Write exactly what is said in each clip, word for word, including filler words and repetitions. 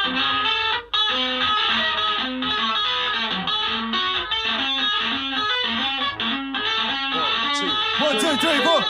One, two, three, four.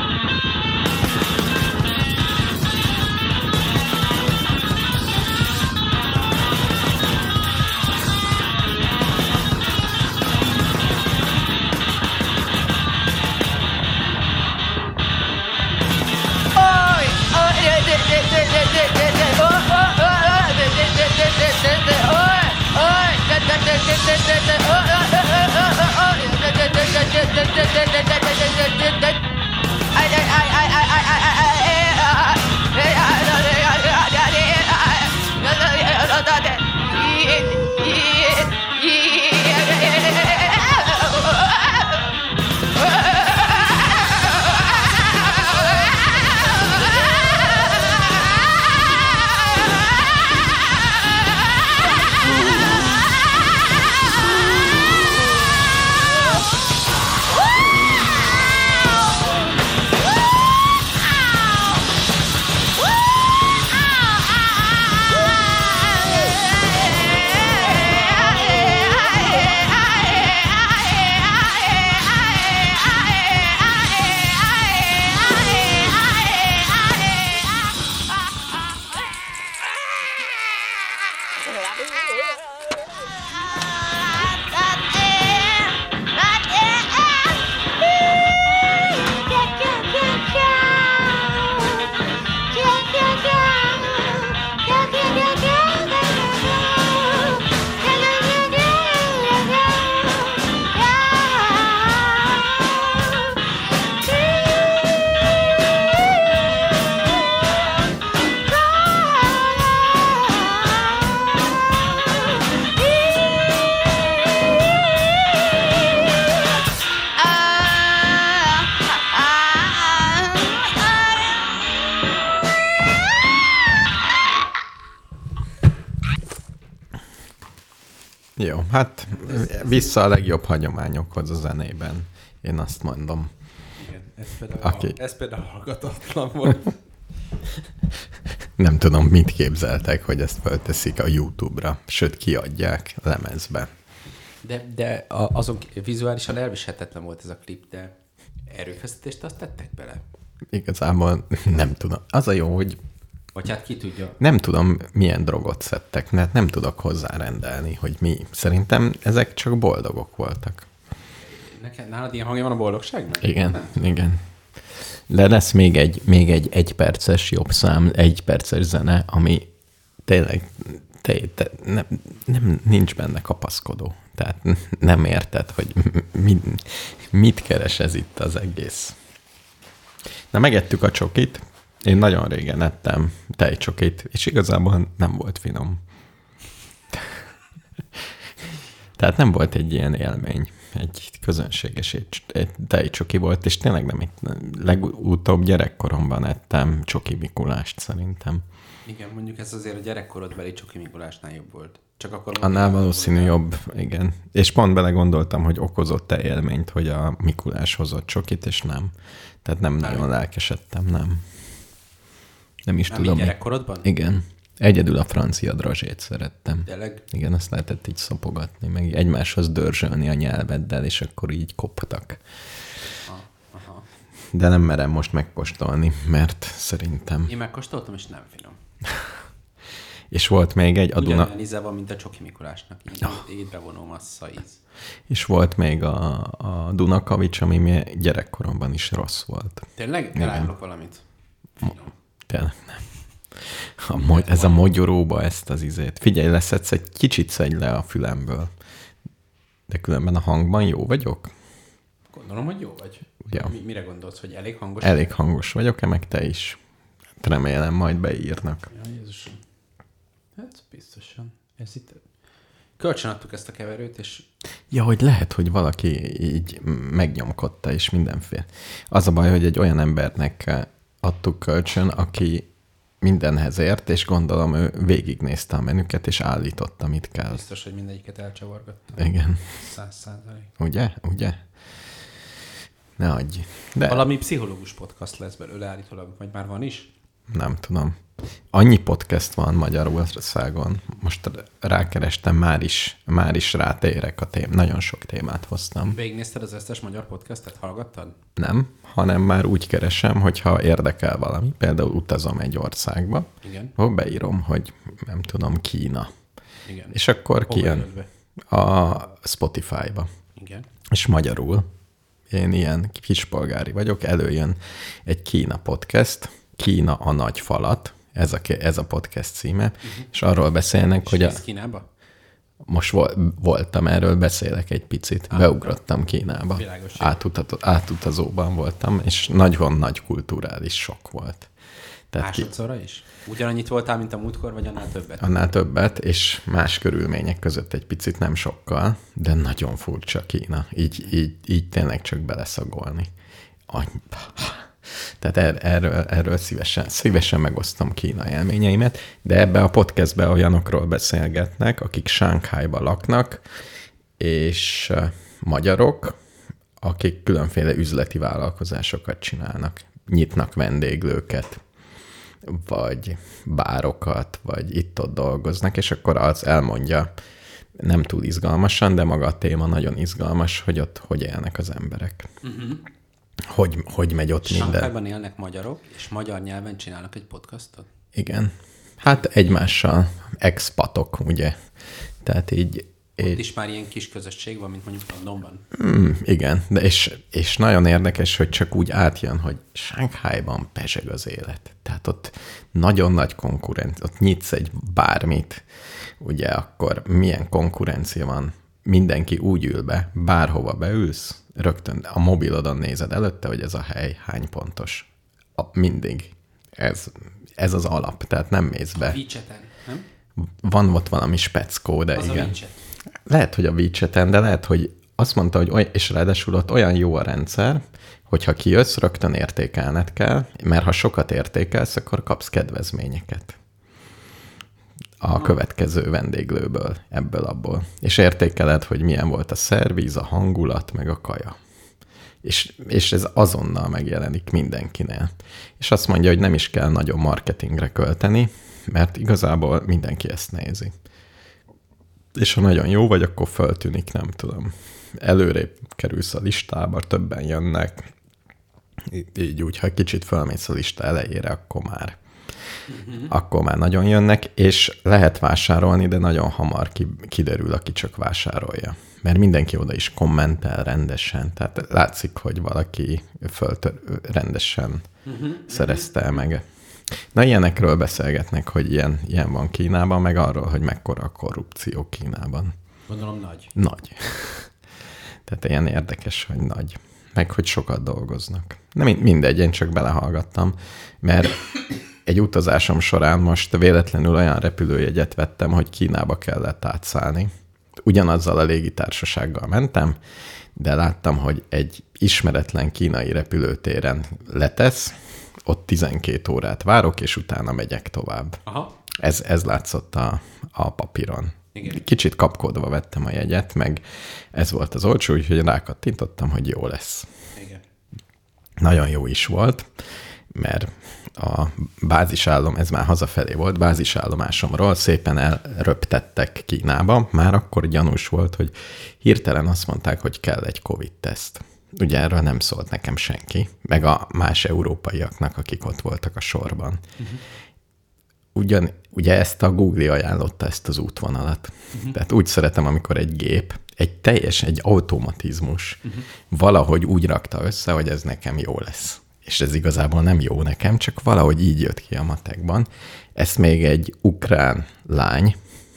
Jó, hát vissza a legjobb hagyományokhoz a zenében. Én azt mondom. Igen, ez például, Aki... ez például hallgatatlan volt. Nem tudom, mit képzeltek, hogy ezt felteszik a YouTube-ra, sőt kiadják lemezbe. De, de azon vizuálisan elviselhetetlen volt ez a klip, de erőfeszítést azt tettek bele? Igazából nem tudom. Az a jó, hogy vagy hát ki tudja. Nem tudom, milyen drogot szedtek, mert nem tudok hozzárendelni, hogy mi. Szerintem ezek csak boldogok voltak. Neked, nálad ilyen hangja van a boldogságnak? Igen, nem? igen. De lesz még egy, még egy egyperces jobb szám, egyperces zene, ami tényleg te, te, nem, nem, nincs benne kapaszkodó. Tehát nem érted, hogy mit, mit keres ez itt az egész. Na, megettük a csokit. Én nagyon régen ettem tejcsokit, és igazából nem volt finom. Tehát nem volt egy ilyen élmény. Egy közönséges egy tejcsoki volt, és tényleg nem itt. Legutóbb gyerekkoromban ettem Csoki Mikulást szerintem. Igen, mondjuk ez azért a gyerekkorodbeli Csoki Mikulásnál jobb volt. Csak akkor annál valószínű jobb, igen. És pont belegondoltam, hogy okozott-e élményt, hogy a Mikulás hozott csokit, és nem. Tehát nem, nem nagyon lelkesedtem, nem. Nem is nem tudom. Nem gyerekkorodban? Igen. Egyedül a francia drazsét szerettem. Tényleg? Igen, azt lehetett így szopogatni, meg egymáshoz dörzsölni a nyelveddel, és akkor így koptak. Aha, aha. De nem merem most megkóstolni, mert szerintem... Én megkóstoltam, és nem finom. És volt még egy... A Duna... Ugyanolyan íze van, mint a Csoki Mikulásnak. Így, oh. így bevonó massza íz. És volt még a, a Dunakavics, ami mi gyerekkoromban is rossz volt. Tényleg? Elárulok valamit. Finom. Tényleg nem. A mo- ez a mogyoróba ezt az izét. Figyelj, leszedsz egy kicsit szedj le a fülemből. De különben a hangban jó vagyok? Gondolom, hogy jó vagy. Ja. Mi, mire gondolsz, hogy elég hangos? Elég hangos vagyok-e, meg te is? Remélem, majd beírnak. Ja, Jézusom. Hát biztosan. Ez itt... Kölcsönadtuk ezt a keverőt, és... Ja, hogy lehet, hogy valaki így megnyomkodta, és mindenféle. Az a baj, hogy egy olyan embernek adtuk kölcsön, aki mindenhez ért, és gondolom ő végignézte a menüket, és állította, mit kell. Biztos, hogy mindegyiket elcsavargatta. Igen. Száz százalék. Ugye? Ugye? Ne adj. De... Valami pszichológus podcast lesz belőle állítólag, vagy már van is? nem tudom. Annyi podcast van Magyarországon, most rákerestem, már is, már is rátérek a tém. Nagyon sok témát hoztam. Végignézted az összes magyar podcastet? Hallgattad? Nem, hanem már úgy keresem, hogyha érdekel valami. Például utazom egy országba, Igen. ahol beírom, hogy nem tudom, Kína. Igen. És akkor Hova kijön jött be? a Spotify-ba. Igen. És magyarul, én ilyen kispolgári vagyok, előjön egy Kína podcast, Kína a nagy falat, ez a, ez a podcast címe, uh-huh. és arról beszélnek, és hogy a... Kínába? Most vol, voltam, erről beszélek egy picit. Ah, beugrottam Kínába. Átutat, átutazóban voltam, és nagyon nagy kulturális sok volt. Tehát másodszorra ki... is? Ugyanannyit voltál, mint a múltkor, vagy annál többet? Annál többet, és más körülmények között egy picit, nem sokkal, de nagyon furcsa Kína. Így, így, így tényleg csak beleszagolni. Any... Tehát er, erről, erről szívesen, szívesen megosztom Kína élményeimet, de ebbe a podcastbe olyanokról beszélgetnek, akik Sánkhájban laknak, és magyarok, akik különféle üzleti vállalkozásokat csinálnak, nyitnak vendéglőket, vagy bárokat, vagy itt-ott dolgoznak, és akkor az elmondja, nem túl izgalmasan, de maga a téma nagyon izgalmas, hogy ott hogy élnek az emberek. Uh-huh. Hogy, hogy megy ott minden. Sánkhájban élnek magyarok, és magyar nyelven csinálnak egy podcastot? Igen. Hát egymással expatok, ugye. Tehát így... Ott így... is már ilyen kis közösség van, mint mondjuk Londonban. Mm, igen, de és, és nagyon érdekes, hogy csak úgy átjön, hogy Sánkhájban pezseg az élet. Tehát ott nagyon nagy konkurencia, ott nyitsz egy bármit, ugye akkor milyen konkurencia van, mindenki úgy ül be, bárhova beülsz, rögtön a mobilodon nézed előtte, hogy ez a hely hány pontos. A, mindig. Ez, ez az alap, tehát nem mész be. A WeChat-en, nem? Van ott valami speckó, de az igen. A WeChat. Lehet, hogy a WeChat-en, de lehet, hogy azt mondta, hogy oly, és ráadásul ott olyan jó a rendszer, hogyha kijössz, rögtön értékelned kell, mert ha sokat értékelsz, akkor kapsz kedvezményeket a következő vendéglőből, ebből, abból. És értékeled, hogy milyen volt a szervíz, a hangulat, meg a kaja. És, és ez azonnal megjelenik mindenkinél. És azt mondja, hogy nem is kell nagyon marketingre költeni, mert igazából mindenki ezt nézi. És ha nagyon jó vagy, akkor föltűnik, nem tudom. Előrébb kerülsz a listába, többen jönnek. Így úgy, ha kicsit fölmész a lista elejére, akkor már Uh-huh. akkor már nagyon jönnek, és lehet vásárolni, de nagyon hamar kiderül, aki csak vásárolja. Mert mindenki oda is kommentel rendesen, tehát látszik, hogy valaki föltör, rendesen uh-huh. szerezte el meg. Na, ilyenekről beszélgetnek, hogy ilyen, ilyen van Kínában, meg arról, hogy mekkora a korrupció Kínában. Gondolom nagy. Nagy. Tehát ilyen érdekes, hogy nagy. Meg, hogy sokat dolgoznak. Nem mindegy, én csak belehallgattam, mert egy utazásom során most véletlenül olyan repülőjegyet vettem, hogy Kínába kellett átszállni. Ugyanazzal a légitársasággal mentem, de láttam, hogy egy ismeretlen kínai repülőtéren letesz, ott tizenkét órát várok, és utána megyek tovább. Aha. Ez, ez látszott a, a papíron. Igen. Kicsit kapkodva vettem a jegyet, meg ez volt az olcsó, úgyhogy rákattintottam, hogy jó lesz. Igen. Nagyon jó is volt, mert a bázisállom, ez már hazafelé volt, bázisállomásomról szépen elröptettek Kínába. Már akkor gyanús volt, hogy hirtelen azt mondták, hogy kell egy Covid-teszt. Ugye erről nem szólt nekem senki, meg a más európaiaknak, akik ott voltak a sorban. Uh-huh. Ugyan, ugye ezt a Google ajánlotta, ezt az útvonalat. Uh-huh. Tehát úgy szeretem, amikor egy gép, egy teljes, egy automatizmus uh-huh. valahogy úgy rakta össze, hogy ez nekem jó lesz. És ez igazából nem jó nekem, csak valahogy így jött ki a matekban. Ezt még egy ukrán lány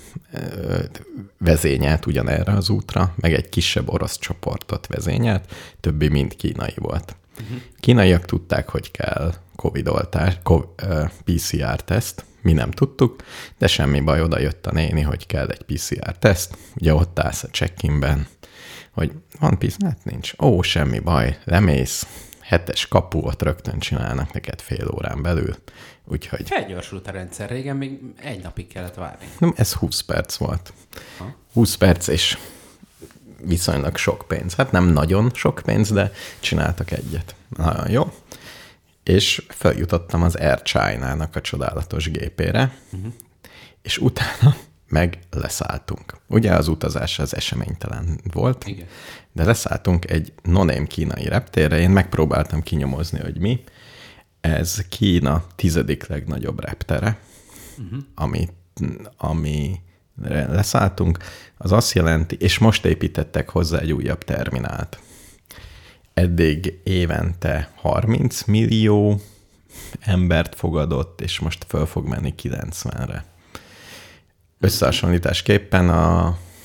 vezényelt ugyanerre az útra, meg egy kisebb orosz csoportot vezényelt, többi mind kínai volt. Uh-huh. Kínaiak tudták, hogy kell Covid-oltás, pé cé er-teszt, mi nem tudtuk, de semmi baj, oda jött a néni, hogy kell egy pé cé er-teszt, ugye ott állsz a check-inben, hogy van pé cé er, hát nincs, ó, semmi baj, lemész, hetes kapu, ott rögtön csinálnak neked fél órán belül, úgyhogy... Felgyorsult a rendszer, régen még egy napig kellett várni. Ez húsz perc volt. Ha? húsz perc és viszonylag sok pénz. Hát nem nagyon sok pénz, de csináltak egyet. Nagyon jó. és feljutottam az Air China-nak a csodálatos gépére, uh-huh. és utána meg leszálltunk. Ugye az utazás az eseménytelen volt, Igen. de leszálltunk egy no-name kínai reptérre, én megpróbáltam kinyomozni, hogy mi. Ez Kína tizedik legnagyobb reptere, uh-huh. ami, ami leszálltunk, az azt jelenti, és most építettek hozzá egy újabb terminált. Eddig évente harminc millió embert fogadott, és most föl fog menni kilencvenre. Összehasonlításképpen a,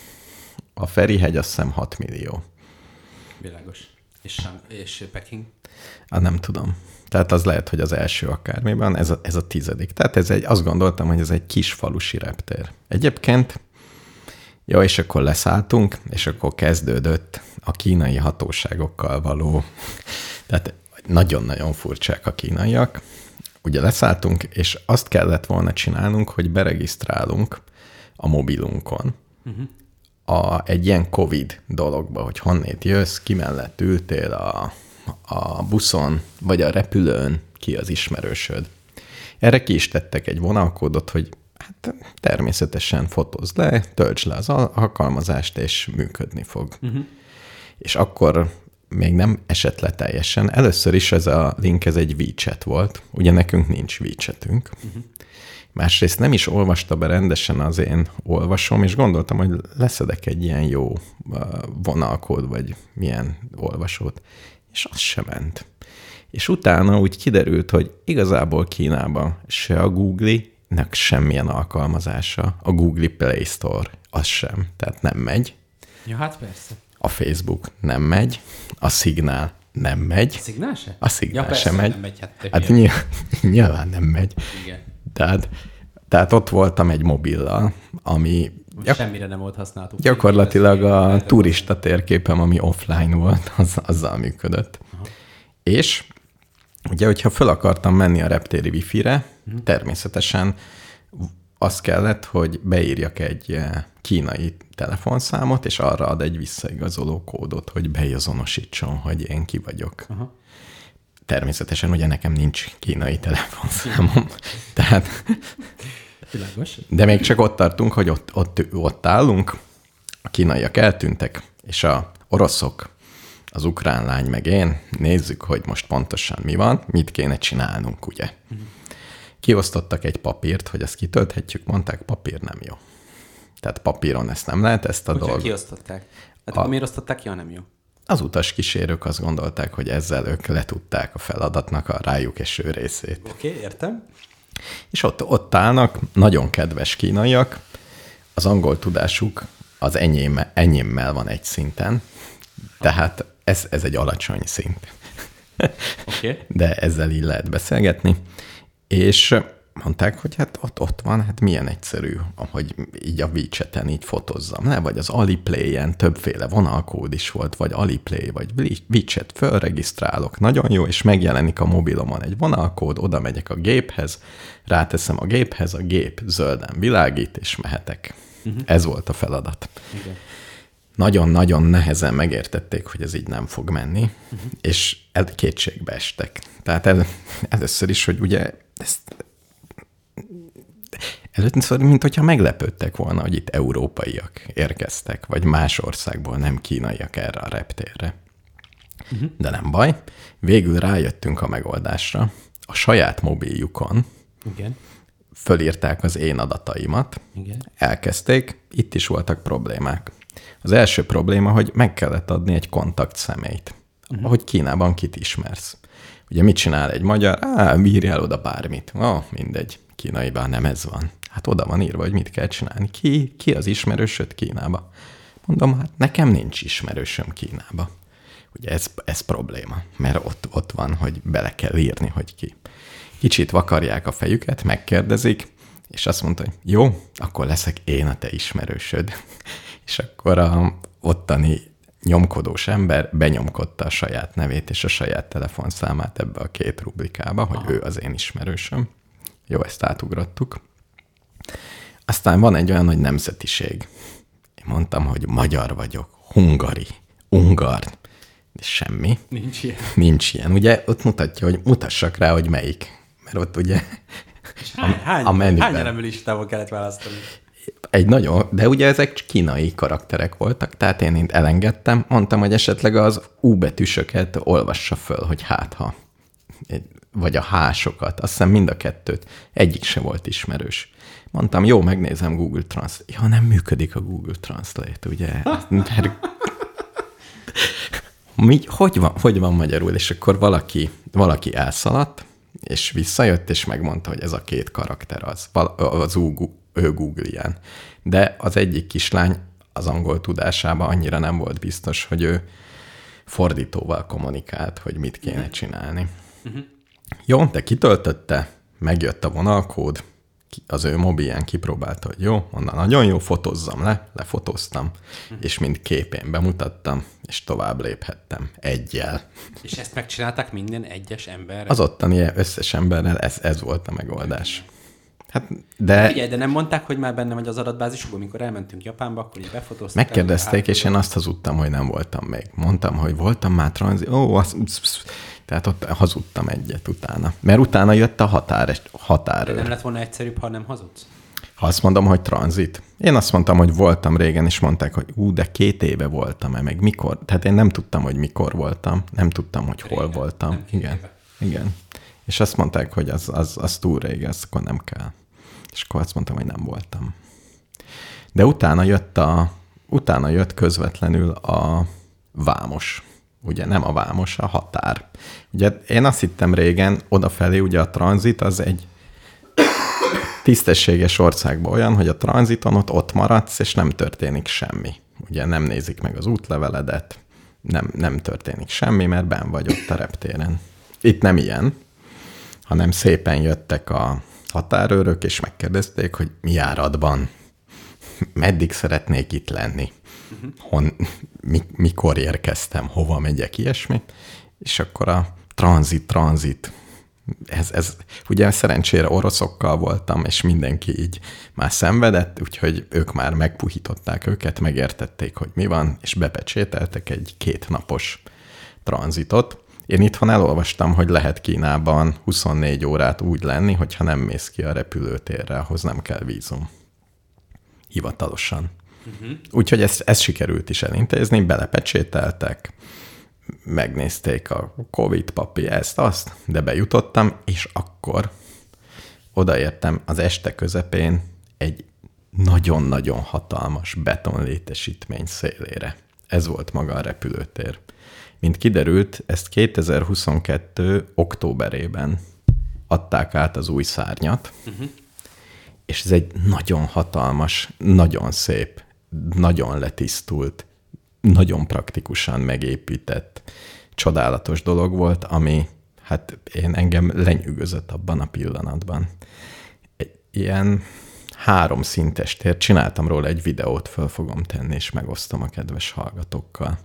a Ferihegy azt hiszem hat millió. Világos. És, és Peking? Ah, nem tudom. Tehát az lehet, hogy az első akármiben, ez a, ez a tizedik. Tehát ez egy, azt gondoltam, hogy ez egy kis falusi reptér. Egyébként, jó, és akkor leszálltunk, és akkor kezdődött a kínai hatóságokkal való, tehát nagyon-nagyon furcsák a kínaiak. Ugye leszálltunk, és azt kellett volna csinálnunk, hogy beregisztrálunk a mobilunkon uh-huh. a, egy ilyen Covid dologba, hogy honnét jössz, ki mellett ültél a, a buszon, vagy a repülőn, ki az ismerősöd. Erre ki is tettek egy vonalkódot, hogy hát természetesen fotózd le, töltsd le az alkalmazást, és működni fog. Uh-huh. És akkor még nem esett le teljesen. Először is ez a link, ez egy WeChat volt. Ugye nekünk nincs WeChatünk. Uh-huh. Másrészt nem is olvasta be rendesen az én olvasom, és gondoltam, hogy leszedek egy ilyen jó vonalkód, vagy milyen olvasót. És az sem ment. És utána úgy kiderült, hogy igazából Kínában se a Google-nek semmilyen alkalmazása, a Google Play Store az sem, tehát nem megy. Ja, hát persze. A Facebook nem megy, a Signal nem megy. A Signal se? A Signal ja, persze, sem megy. Nem megy, hát, hát nyilván, nyilván nem megy. Igen. Tehát, tehát ott voltam egy mobillal, ami gyak- semmire nem volt használható. Gyakorlatilag a turista térképem, ami offline volt, az, azzal működött. Aha. És ugye, hogyha föl akartam menni a reptéri wifi-re, uh-huh. természetesen az kellett, hogy beírjak egy kínai telefonszámot, és arra ad egy visszaigazoló kódot, hogy beazonosítson, hogy én ki vagyok. Aha. Természetesen ugye nekem nincs kínai telefonszámom. Tehát, Világos. de még csak ott tartunk, hogy ott, ott, ott állunk, a kínaiak eltűntek, és a oroszok, az ukrán lány meg én nézzük, hogy most pontosan mi van, mit kéne csinálnunk, ugye. Uh-huh. Kiosztottak egy papírt, hogy ezt kitölthetjük, mondták, papír nem jó. Tehát papíron ezt nem lehet, ezt a Hogyha dolgot. kiosztották? Hát a... miért osztották ki, ha nem jó? Az utaskísérők azt gondolták, hogy ezzel ők letudták a feladatnak a rájuk eső részét. Oké, okay, értem. És ott, ott állnak, nagyon kedves kínaiak, az angol tudásuk az enyém, enyémmel van egy szinten, tehát ez, ez egy alacsony szint. Okay. De ezzel így lehet beszélgetni. És mondták, hogy hát ott, ott van, hát milyen egyszerű, hogy így a WeChat-en így fotózzam le, vagy az Aliplay-en többféle vonalkód is volt, vagy Aliplay, vagy WeChat, fölregisztrálok, nagyon jó, és megjelenik a mobilomon egy vonalkód, oda megyek a géphez, ráteszem a géphez, a gép zölden világít, és mehetek. Uh-huh. Ez volt a feladat. Okay. Nagyon-nagyon nehezen megértették, hogy ez így nem fog menni, uh-huh. és kétségbe estek. Tehát el, először is, hogy ugye ezt először, mint hogyha meglepődtek volna, hogy itt európaiak érkeztek, vagy más országból, nem kínaiak erre a reptérre. Uh-huh. De nem baj, végül rájöttünk a megoldásra. A saját mobiljukon igen. fölírták az én adataimat, igen. elkezdték, itt is voltak problémák. Az első probléma, hogy meg kellett adni egy kontakt személyt, uh-huh. hogy Kínában kit ismersz. Ugye mit csinál egy magyar? Á, írjál oda bármit. Ó, oh, mindegy, kínaiban nem ez van. Hát oda van írva, hogy mit kell csinálni. Ki, ki az ismerősöd Kínába? Mondom, hát nekem nincs ismerősöm Kínába. Ugye ez, ez probléma, mert ott, ott van, hogy bele kell írni, hogy ki. Kicsit vakarják a fejüket, megkérdezik, és azt mondta, hogy jó, akkor leszek én a te ismerősöd. És akkor a ottani nyomkodós ember benyomkodta a saját nevét és a saját telefonszámát ebbe a két rubrikába, hogy aha. ő az én ismerősöm. Jó, ezt átugrottuk. Aztán van egy olyan nagy nemzetiség. Én mondtam, hogy magyar vagyok, hungari, ungar. Semmi. Nincs ilyen. Nincs ilyen. Ugye ott mutatja, hogy mutassak rá, hogy melyik. Mert ott ugye hány, a, hány, a menüben. hány elemű listával kellett választani? Egy nagyon, de ugye ezek kínai karakterek voltak, tehát én itt elengedtem, mondtam, hogy esetleg az U betűsöket olvassa föl, hogy hát ha, vagy a H-sokat, azt hiszem mind a kettőt, egyik se volt ismerős. Mondtam, jó, megnézem Google Translate. Ja, nem működik a Google Translate, ugye? Mi, hogy, van, hogy van magyarul? És akkor valaki, valaki elszaladt, és visszajött, és megmondta, hogy ez a két karakter az, az ő Google-ján. De az egyik kislány az angol tudásában annyira nem volt biztos, hogy ő fordítóval kommunikált, hogy mit kéne csinálni. Uh-huh. Jó, de kitöltötte, megjött a vonalkód, az ő mobilján kipróbálta, hogy jó, onnan nagyon jó, fotózzam le, lefotóztam, uh-huh. és mind képén bemutattam, és tovább léphettem egyel. És ezt megcsinálták minden egyes emberrel? Az ottani összes emberrel ez, ez volt a megoldás. Hát, de... Figyelj, de nem mondták, hogy már benne vagy az adatbázisukban, amikor elmentünk Japánba, akkor így befotózták. Megkérdezték, és én azt hazudtam, hogy nem voltam még. Mondtam, hogy voltam már tranzit. Ó, az... Tehát ott hazudtam egyet utána. Mert utána jött a határ, határőr. De nem lett volna egyszerűbb, ha nem hazudsz? Ha azt mondom, hogy tranzit. Én azt mondtam, hogy voltam régen, és mondták, hogy ú, de két éve voltam-e, meg mikor. Tehát én nem tudtam, hogy mikor voltam. Nem tudtam, hogy régen, hol voltam. Igen. Éve. Igen. És azt mondták, hogy az, az, az túl régen, azt akkor nem kell. És akkor azt mondtam, hogy nem voltam. De utána jött, a, utána jött közvetlenül a vámos. Ugye nem a vámos, a határ. Ugye én azt hittem régen, odafelé ugye a tranzit az egy tisztességes országban olyan, hogy a tranziton ott, ott maradsz, és nem történik semmi. Ugye nem nézik meg az útleveledet, nem, nem történik semmi, mert benn vagy ott a reptéren. Itt nem ilyen, hanem szépen jöttek a határőrök, és megkérdezték, hogy mi áradban, meddig szeretnék itt lenni, hon, mi, mikor érkeztem, hova megyek, ilyesmi. És akkor a tranzit, tranzit, ez, ez, ugye szerencsére oroszokkal voltam, és mindenki így már szenvedett, úgyhogy ők már megpuhították őket, megértették, hogy mi van, és bepecsételtek egy kétnapos tranzitot. Én itthon elolvastam, hogy lehet Kínában huszonnégy órát úgy lenni, hogyha nem mész ki a repülőtérre, ahhoz nem kell vízum. Hivatalosan. Uh-huh. Úgyhogy ezt, ezt sikerült is elintézni, belepecsételtek, megnézték a Covid papi, ezt, azt, de bejutottam, és akkor odaértem az este közepén egy nagyon-nagyon hatalmas betonlétesítmény szélére. Ez volt maga a repülőtér. Mint kiderült, ezt kétezer-huszonkettő októberében adták át az új szárnyat, uh-huh. és ez egy nagyon hatalmas, nagyon szép, nagyon letisztult, nagyon praktikusan megépített, csodálatos dolog volt, ami hát én engem lenyűgözött abban a pillanatban. Egy ilyen három szintes tér, csináltam róla egy videót, föl fogom tenni, és megosztom a kedves hallgatókkal.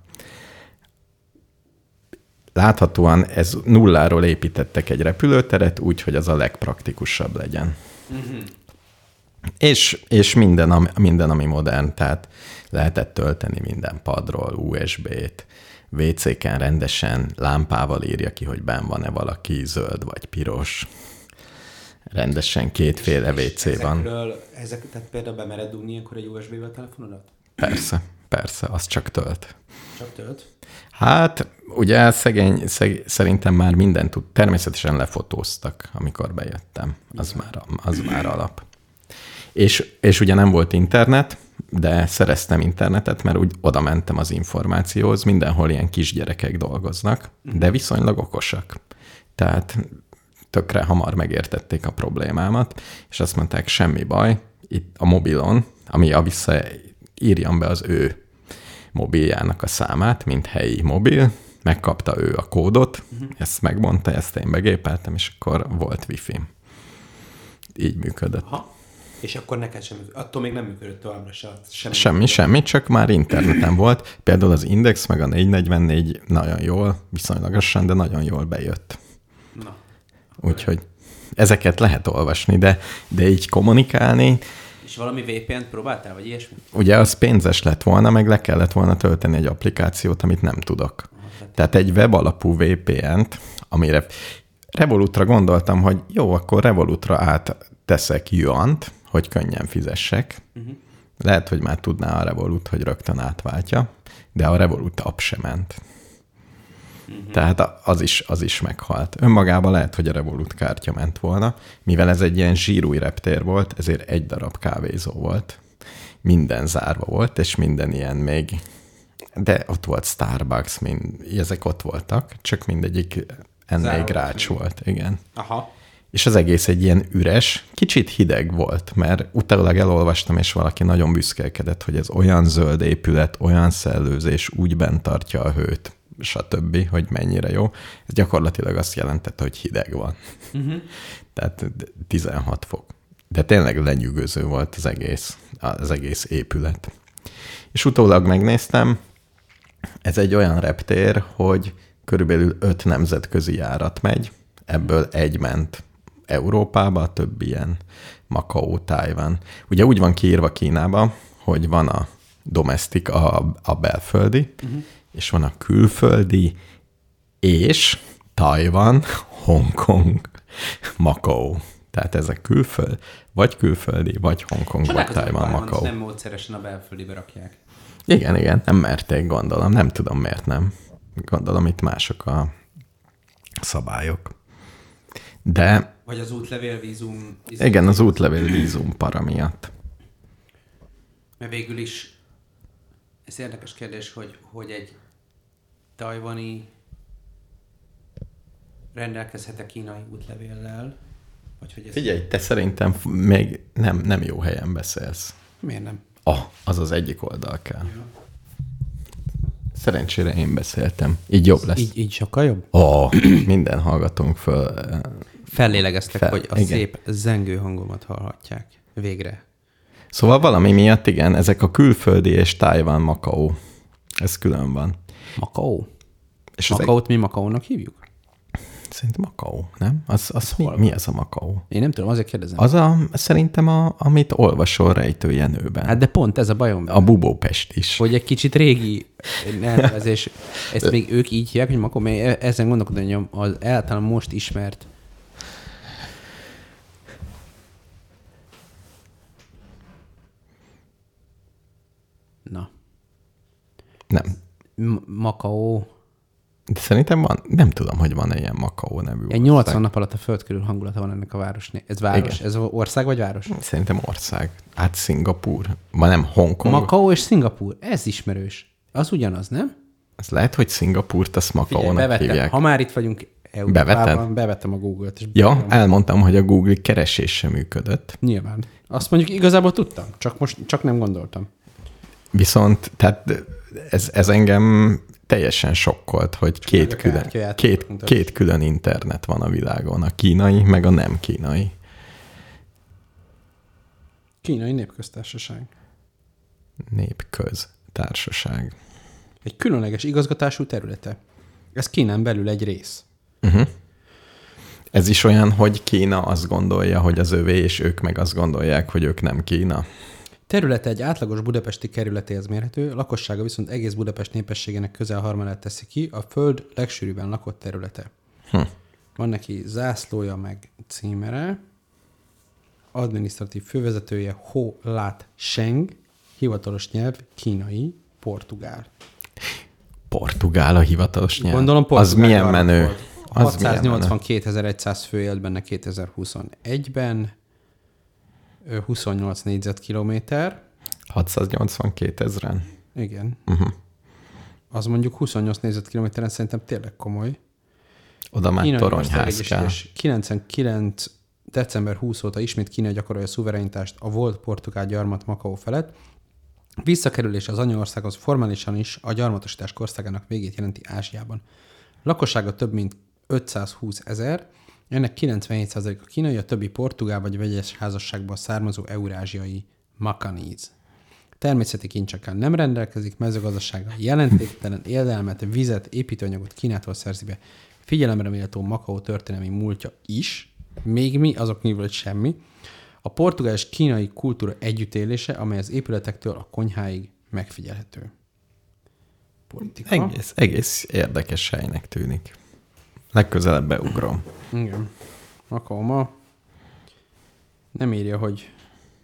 Láthatóan ez nulláról építettek egy repülőteret, úgy, hogy az a legpraktikusabb legyen. Mm-hmm. És, és minden, ami, minden, ami modern, tehát lehetett tölteni minden padról, u es bé-t, vé cé-ken rendesen lámpával írja ki, hogy benn van-e valaki, zöld vagy piros. Rendesen kétféle vé cé van. Ezekről, ezek, tehát például bemered dugni ilyenkor egy u es bé-vel a telefonodat? Persze, persze, az csak tölt. Csak tölt? Hát, ugye szegény, szeg, szerintem már mindent tud. Természetesen lefotóztak, amikor bejöttem. Az, már, az már alap. És, és ugye nem volt internet, de szereztem internetet, mert úgy oda mentem az információhoz, mindenhol ilyen kisgyerekek dolgoznak, de viszonylag okosak. Tehát tökre hamar megértették a problémámat, és azt mondták, semmi baj, itt a mobilon, ami a vissza írjam be az ő mobiljának a számát, mint helyi mobil, megkapta ő a kódot, uh-huh. ezt megmondta, ezt én begépeltem, és akkor volt wifi. Így működött. Aha. És akkor neked sem működött. Attól még nem működött továbbra se. Semmi, semmi, semmi, csak már interneten volt. Például az Index meg a négyszáznegyvennégy nagyon jól, viszonylagosan, de nagyon jól bejött. Na. Úgyhogy ezeket lehet olvasni, de, de így kommunikálni. És valami vé pé en-t próbáltál, vagy ilyesmi? Ugye az pénzes lett volna, meg le kellett volna tölteni egy applikációt, amit nem tudok. Aha, Tehát egy web alapú vé pé en-t, amire Revolutra gondoltam, hogy jó, akkor Revolutra átteszek yuant, hogy könnyen fizessek. Uh-huh. Lehet, hogy már tudná a Revolut, hogy rögtön átváltja, de a Revolut app sem ment. Uh-huh. Tehát az is, az is meghalt. Önmagában lehet, hogy a Revolut kártya ment volna, mivel ez egy ilyen zsírúj reptér volt, ezért egy darab kávézó volt. Minden zárva volt, és minden ilyen még, de ott volt Starbucks, mind, ezek ott voltak, csak mindegyik ennél rács volt, igen. Aha. És az egész egy ilyen üres, kicsit hideg volt, mert utálag elolvastam, és valaki nagyon büszkélkedett, hogy ez olyan zöld épület, olyan szellőzés, úgy bent tartja a hőt, stb., hogy mennyire jó. Ez gyakorlatilag azt jelentette, hogy hideg van. Uh-huh. Tehát tizenhat fok. De tényleg lenyűgöző volt az egész, az egész épület. És utólag megnéztem, ez egy olyan reptér, hogy körülbelül öt nemzetközi járat megy, ebből egy ment Európába, a többi ilyen Macau, Tájván. Ugye úgy van kiírva Kínába, hogy van a domestic, a, a belföldi, uh-huh. és van a külföldi, és Tajvan, Hongkong, Macau. Tehát ezek külföld, vagy külföldi, vagy Hongkong, vagy Tajvan, Macau. Nem módszeresen a belföldibe rakják. Igen, igen, nem merték, gondolom. Nem tudom, miért nem. Gondolom, itt mások a szabályok. De... Vagy az útlevél, vízum... Igen, az útlevél vízum para miatt. Mert végül is ez érdekes kérdés, hogy, hogy egy tajvani rendelkezhet-e kínai útlevéllel, vagy hogy ez... Figyelj, te szerintem még nem, nem jó helyen beszélsz. Miért nem? Ah, az az egyik oldal kell. Ja. Szerencsére én beszéltem. Így jobb lesz. Így, így sokkal jobb? Ó, oh, minden hallgatónk föl... Fellélegeztek, fel, hogy a igen. szép zengő hangomat hallhatják. Végre. Szóval valami miatt, igen, ezek a külföldi és Tájván, Macau. Ez külön van. Macau? És Macaut mi Macaunak hívjuk? Szerintem Macau, nem? Az, az mi, mi ez a Macau? Én nem tudom, azért kérdezem. Az a, szerintem, a, amit olvasol Rejtő Jenőben. Hát de pont ez a bajom. A Bubópest is. Hogy egy kicsit régi elnevezés. Ezt még ők így hívják, hogy Macau, mert ezen gondolkodom, hogy az általán most ismert. Na. Nem. M- Macau... De szerintem van, nem tudom, hogy van-e ilyen Macau nevű ország. nyolcvan nap alatt a föld körül hangulata van ennek a városnak. Ez város? Igen. Ez ország vagy város? Szerintem ország. Hát Szingapúr. Ma nem Hongkong. Macau és Szingapúr. Ez ismerős. Az ugyanaz, nem? Ez lehet, hogy Szingapúrt azt Macaunak hívják. Ha már itt vagyunk Európában, bevettem a Google-t. És ja, bevettem. Elmondtam, hogy a Google keresés sem működött. Nyilván. Azt mondjuk igazából tudtam, csak most csak nem gondoltam. Viszont, tehát ez, ez engem teljesen sokkolt, hogy két külön, két, két külön internet van a világon, a kínai, meg a nem kínai. Kínai népköztársaság. Népköztársaság. Egy különleges igazgatású területe. Ez Kínán belül egy rész. Uh-huh. Ez is olyan, hogy Kína azt gondolja, hogy az övé, és ők meg azt gondolják, hogy ők nem Kína. Területe egy átlagos budapesti kerületéhez mérhető, lakossága viszont egész Budapest népességének közel harmadát teszi ki, a föld legsűrűbben lakott területe. Hm. Van neki zászlója, meg címere, adminisztratív fővezetője Ho Lat Sheng, hivatalos nyelv kínai, portugál. Portugál a hivatalos nyelv? Gondolom portugál. Az milyen menő? Az hatszáznyolcvankétezer-száz fő élt benne kétezer-huszonegyben, huszonnyolc négyzetkilométer. hatszáznyolcvankétezren? Igen. Uh-huh. Az mondjuk huszonnyolc négyzetkilométeren szerintem tényleg komoly. Oda már toronyház kell. kilencvenkilenc december huszadika óta ismét Kína gyakorolja a szuverenitást a volt portugál gyarmat Macau felett. Visszakerülés az anyaországhoz formálisan is a gyarmatosítás kországának végét jelenti Ázsiában. Lakossága több mint ötszázhúszezer, ennek kilencvenhét százaléka kínai, a többi portugál vagy vegyes házasságból származó eurázsiai Macanese. Természeti kincsekkel nem rendelkezik, mezőgazdasága jelentéktelen élelmet, vizet, építőanyagot Kínától szerzi be. Figyelemre méltó Macau történelmi múltja is, még mi, azok kívül, hogy semmi. A portugál és kínai kultúra együttélése, amely az épületektől a konyháig megfigyelhető. politika. Egész, egész érdekes helynek tűnik. Legközelebb beugrom. Igen. Makao ma nem írja, hogy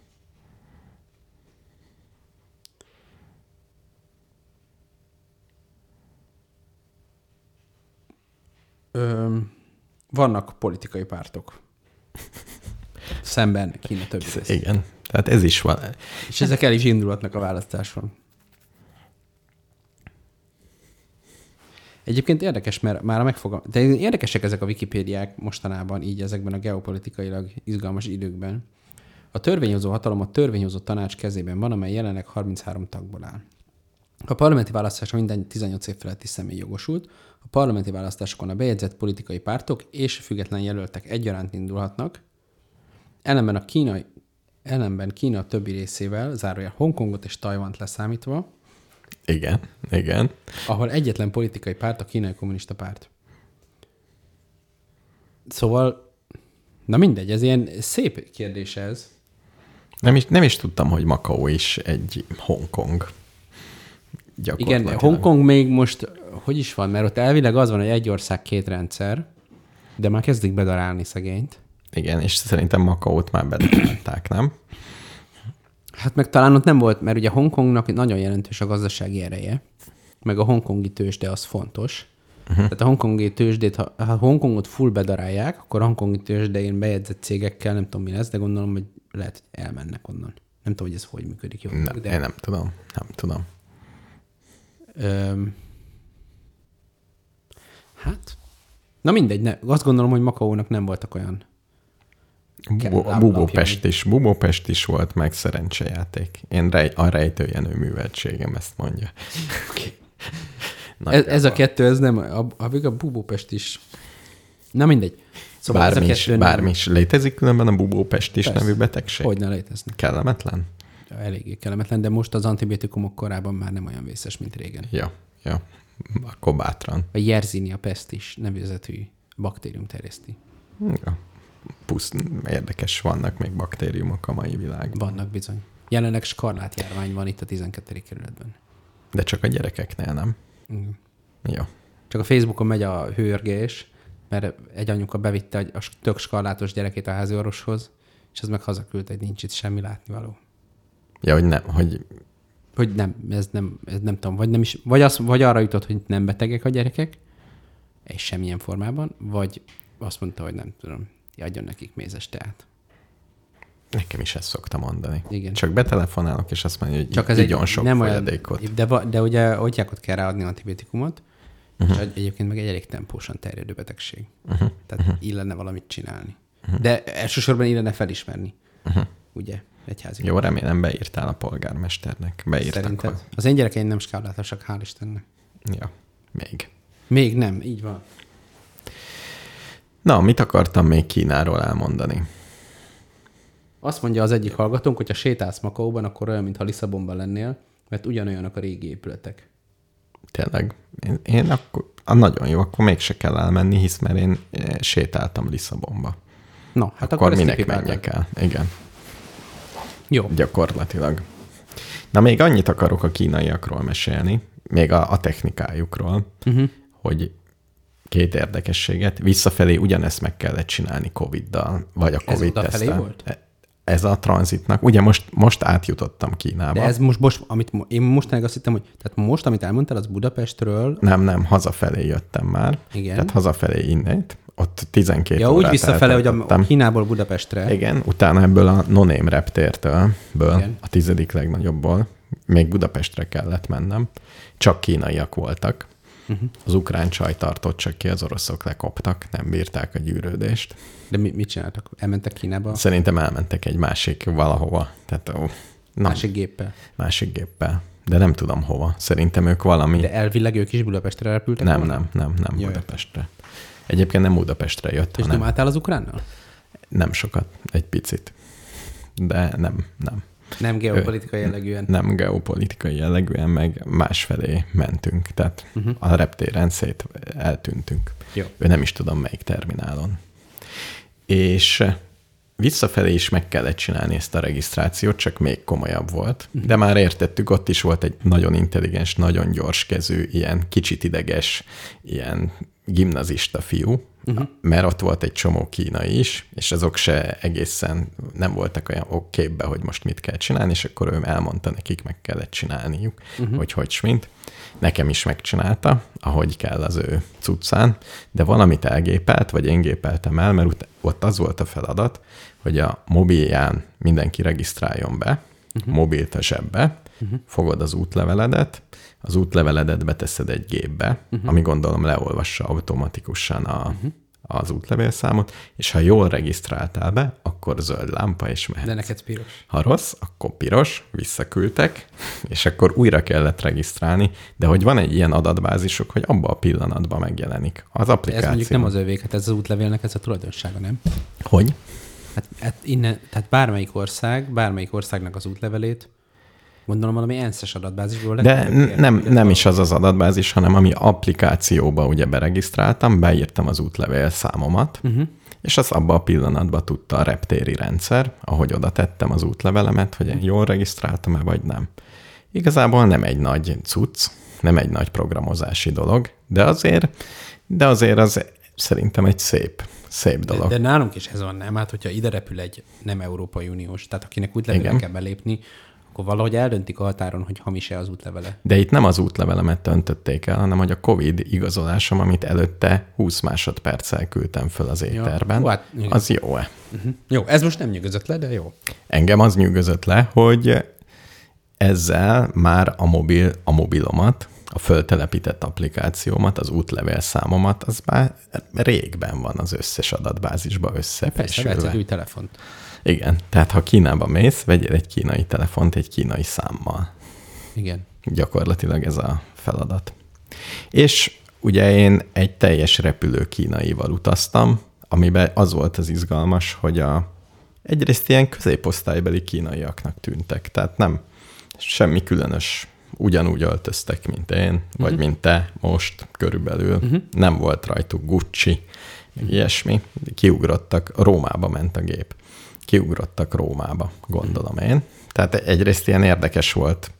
Ö, vannak politikai pártok. Szemben Kína többi rész. Igen, tehát ez is van. És ezek el is indulhatnak a választáson. Egyébként érdekes, mert már a megfogam... De érdekesek ezek a Wikipédiák mostanában, így ezekben a geopolitikailag izgalmas időkben. A törvényhozó hatalom a törvényhozó tanács kezében van, amely jelenleg harminchárom tagból áll. A parlamenti választásra minden tizennyolc év feletti személy jogosult. A parlamenti választásokon a bejegyzett politikai pártok és független jelöltek egyaránt indulhatnak. Ellenben a kínai, ellenben Kína többi részével, zárójel Hongkongot és Tajvant leszámítva, Igen, igen. ahol egyetlen politikai párt a kínai kommunista párt. Szóval, na mindegy, ez ilyen szép kérdés ez. Nem is, nem is tudtam, hogy Makao is egy Hongkong. Igen, Hongkong még most, hogy is van, mert ott elvileg az van, hogy egy ország, két rendszer, de már kezdik bedarálni szegényt. Igen, és szerintem Makaót már bedarálták, nem? Hát meg talán ott nem volt, mert ugye Hongkongnak nagyon jelentős a gazdasági ereje, meg a hongkongi tőzsde az fontos. Uh-huh. Tehát a hongkongi tőzsdét, ha, ha Hongkongot full bedarálják, akkor a hongkongi tőzsdén bejegyzett cégekkel, nem tudom mi lesz, de gondolom, hogy lehet, hogy elmennek onnan. Nem tudom, hogy ez hogy működik. Jó, nem, de... Én nem tudom, nem tudom. Öm... Hát, na mindegy, ne. Azt gondolom, hogy Makaónak nem voltak olyan Bubópest is, Bubópest is volt, meg szerencsejáték. Én rej, a rejtőjenő műveltségem ezt mondja. Okay. ez, ez a kettő, ez nem, a, a, a Bubópest is. Na mindegy. Szóval bármi, is, bármi is. Létezik különben a Bubópest is nevű betegség? Hogyne létezni. Kellemetlen? Eléggé kellemetlen, de most az antibiotikumok korában már nem olyan vészes, mint régen. Ja, ja. Akkor bátran. A Yersinia pestis nevezetű baktérium terjeszti. Ja. Pusz, érdekes, vannak még baktériumok a mai világban. Vannak bizony. Jelenleg skarlátjárvány van itt a tizenkettedik kerületben. De csak a gyerekeknél, nem? Mm. Jó. Csak a Facebookon megy a hőrgés, mert egy anyuka bevitte a tök skarlátos gyerekét a háziorvoshoz, és az meg hazaküldte, hogy nincs itt semmi látnivaló. Ja, hogy nem, hogy... Hogy nem, ez nem, ez nem tudom, vagy, nem is, vagy, az, vagy arra jutott, hogy nem betegek a gyerekek, és semmilyen formában, vagy azt mondta, hogy nem tudom, adjon nekik mézes teát. Nekem is ezt szoktam mondani. Igen. Csak betelefonálok, és azt mondja, hogy csak ez igyon egy, sok nem folyadékot. Olyan, de, de ugye otyákot kell ráadni antibiotikumot, uh-huh. és egyébként meg egy elég tempósan terjedő betegség. Uh-huh. Tehát uh-huh. illene valamit csinálni. Uh-huh. De elsősorban illene felismerni. Uh-huh. Ugye? Egyházi. Jó, remélem beírtál a polgármesternek. Beírtak. Szerinted? Hogy... Az én gyerekeim nem skállátosak, hál' Istennek. Ja, még. Még nem, így van. Na, mit akartam még Kínáról elmondani? Azt mondja az egyik hallgatónk, hogy ha sétálsz Makaóban, akkor olyan, mintha Lisszabonban lennél, mert ugyanolyanak a régi épületek. Tényleg. Én, én akkor, a nagyon jó, akkor mégse kell elmenni, hisz mert én sétáltam Lisszabonba. No, hát akkor, akkor minek menjek el? Igen. Jó. Gyakorlatilag. Na, még annyit akarok a kínaiakról mesélni, még a, a technikájukról, uh-huh. hogy két érdekességet. Visszafelé ugyanezt meg kellett csinálni Covid-dal, vagy a Covid-tesztel. Ez a tranzitnak. Ugye most, most átjutottam Kínába. De ez most, most amit én mostanáig azt hittem, hogy tehát most, amit elmondtál, az Budapestről... Nem, nem, hazafelé jöttem már. Igen. Tehát hazafelé innét. Ott tizenkét ja, órát úgy visszafele, hogy a Kínából Budapestre. Igen, utána ebből a no-name reptértől, ből, a tizedik legnagyobbból, még Budapestre kellett mennem. Csak kínaiak voltak. Uh-huh. Az ukrán csaj tartott csak ki, az oroszok lekoptak, nem bírták a gyűrődést. De mi, mit csináltak? Elmentek Kínába? Szerintem elmentek egy másik valahova. Tehát, ó, na, másik géppel? Másik géppel. De nem tudom hova. Szerintem ők valami... De elvileg ők is Budapestre repültek? Nem, volna? nem, nem, nem Jaj. Budapestre. Egyébként nem Budapestre jött, És hanem... dumáltál az ukránnal? Nem sokat, egy picit. De nem, nem. Nem geopolitikai jellegűen. Nem geopolitikai jellegűen, meg másfelé mentünk. Tehát uh-huh. a reptéren szét eltűntünk. Jó. Ő nem is tudom melyik terminálon. És visszafelé is meg kellett csinálni ezt a regisztrációt, csak még komolyabb volt. De már értettük, ott is volt egy nagyon intelligens, nagyon gyors kezű, ilyen kicsit ideges, ilyen gimnazista fiú, uh-huh. mert ott volt egy csomó kínai is, és azok se egészen nem voltak olyan okképbe, hogy most mit kell csinálni, és akkor ő elmondta nekik, meg kellett csinálniuk, uh-huh. hogy hogy mint. Nekem is megcsinálta, ahogy kell az ő cuccán, de valamit elgépelt, vagy én gépeltem el, mert ott az volt a feladat, hogy a mobilján mindenki regisztráljon be, uh-huh. mobilt a zsebbe, uh-huh. fogod az útleveledet, az útleveledet beteszed egy gépbe, uh-huh. ami gondolom leolvassa automatikusan a, uh-huh. az útlevélszámot, és ha jól regisztráltál be, akkor zöld lámpa, és mehetsz. De neked piros. Ha rossz, akkor piros, visszaküldtek, és akkor újra kellett regisztrálni, de hogy van egy ilyen adatbázisuk, hogy abban a pillanatban megjelenik az applikáció. Ez mondjuk nem az övék, hát ez az útlevélnek ez a tulajdonsága, nem? Hogy? Hát, hát innen, tehát bármelyik ország, bármelyik országnak az útlevelét, gondolom valami enszes adatbázisból. De nem, nem is az az adatbázis, hanem ami applikációba ugye beregisztráltam, beírtam az útlevél számomat, uh-huh. és azt abban a pillanatban tudta a reptéri rendszer, ahogy oda tettem az útlevelemet, hogy én jól regisztráltam-e, vagy nem. Igazából nem egy nagy cucc, nem egy nagy programozási dolog, de azért, de azért az szerintem egy szép, szép dolog. De, de nálunk is ez van, nem? Hát, hogyha ide repül egy nem Európai Uniós, tehát akinek útlevélen kell belépni, akkor valahogy eldöntik a határon, hogy hamis-e az útlevele. De itt nem az útlevelemet döntötték el, hanem hogy a Covid igazolásom, amit előtte húsz másodperccel küldtem föl az éterben, ja, hát, az jó-e? Uh-huh. Jó, ez most nem nyugodott le, de jó. Engem az nyugodott le, hogy ezzel már a mobil, a mobilomat, a föltelepített applikációmat, az útlevél számomat, az már régben van az összes adatbázisba összefésülve. Persze, egy új telefont. Igen, tehát ha Kínába mész, vegyél egy kínai telefont egy kínai számmal. Igen. Gyakorlatilag ez a feladat. És ugye én egy teljes repülő kínaival utaztam, amiben az volt az izgalmas, hogy a, egyrészt ilyen középosztálybeli kínaiaknak tűntek, tehát nem semmi különös, ugyanúgy öltöztek, mint én, uh-huh. vagy mint te most körülbelül. Uh-huh. Nem volt rajtuk Gucci, meg ilyesmi. Kiugrottak, Rómába ment a gép. Kiugrottak Rómába, gondolom én. Tehát egyrészt ilyen érdekes volt,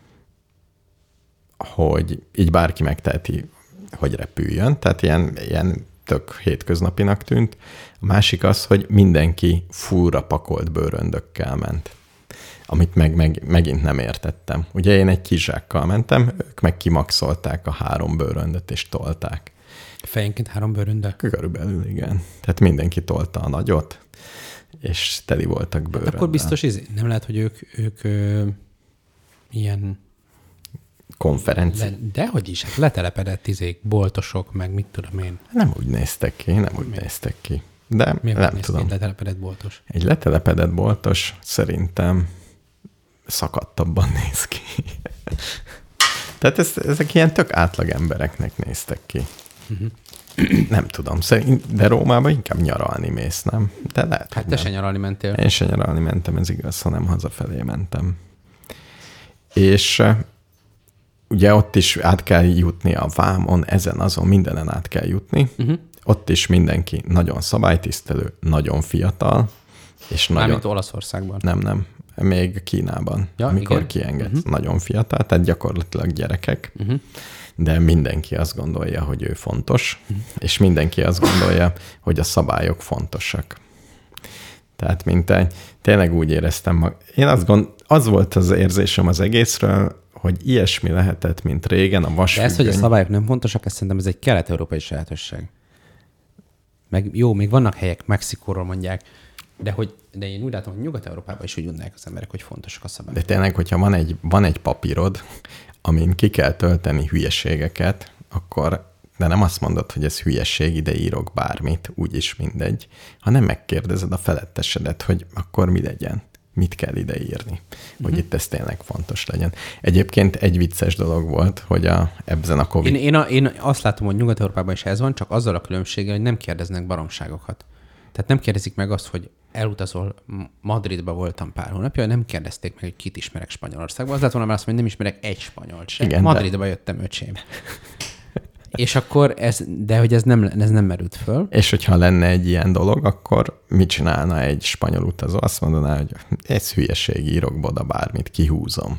hogy így bárki megteheti, hogy repüljön. Tehát ilyen, ilyen tök hétköznapinak tűnt. A másik az, hogy mindenki fullra pakolt bőröndökkel ment, amit meg, meg megint nem értettem. Ugye én egy kizsákkal mentem, ők meg kimaxolták a három bőröndöt és tolták. Fejenként három bőröndel? Körülbelül, igen. Tehát mindenki tolta a nagyot, és teli voltak bőröndel. Hát akkor biztos, nem lehet, hogy ők, ők ö, ilyen... konferencia. Le, dehogy is, hát letelepedett izék, boltosok, meg mit tudom én. Nem úgy néztek ki, nem úgy Mi? néztek ki. De Mi nem tudom. Egy letelepedett boltos? Egy letelepedett boltos szerintem szakadtabban néz ki. Tehát ez, ezek ilyen tök átlag embereknek néztek ki. Uh-huh. Nem tudom, szerint, de Rómában inkább nyaralni mész, nem? De lehet, hát te se nyaralni mentél. Én se nyaralni mentem, ez igaz, hanem hazafelé mentem. És ugye ott is át kell jutni a vámon, ezen, azon, mindenen át kell jutni. Uh-huh. Ott is mindenki nagyon szabálytisztelő, nagyon fiatal. És nagyon... Mármint Olaszországban. Nem, nem. Még Kínában, ja, amikor igen? kiengedsz. Uh-huh. Nagyon fiatal, tehát gyakorlatilag gyerekek. Uh-huh. De mindenki azt gondolja, hogy ő fontos, uh-huh. és mindenki azt gondolja, hogy a szabályok fontosak. Tehát mint egy, tényleg úgy éreztem mag... Én azt gond... az volt az érzésem az egészről, hogy ilyesmi lehetett, mint régen a vasfüggöny. De ez, hogy a szabályok nem fontosak, ez szerintem ez egy kelet-európai sajátosság. Meg jó, még vannak helyek, Mexikóról mondják, de, hogy, de én úgy látom, hogy Nyugat-Európában is úgy gondolják az emberek, hogy fontosak a szabályok. De tényleg, hogyha van egy, van egy papírod, amin ki kell tölteni hülyeségeket, akkor, de nem azt mondod, hogy ez hülyeség, ide írok bármit, úgyis mindegy, hanem megkérdezed a felettesedet, hogy akkor mi legyen, mit kell ide írni, hogy uh-huh. itt ez tényleg fontos legyen. Egyébként egy vicces dolog volt, hogy a, ebben a Covid... Én, én, a, én azt látom, hogy Nyugat-Európában is ez van, csak azzal a különbséggel, hogy nem kérdeznek baromságokat. Tehát nem kérdezik meg azt, hogy elutazol, Madridba voltam pár hónapja, nem kérdezték meg, hogy kit ismerek Spanyolországban. Az lett volna már azt, hogy nem ismerek egy spanyolt sem. Igen, Madridba de... jöttem, öcsém. És akkor ez, de hogy ez nem, ez nem merült föl. És hogyha lenne egy ilyen dolog, akkor mit csinálna egy spanyol utazó? Azt mondaná, hogy ez hülyeség, írok oda bármit, kihúzom.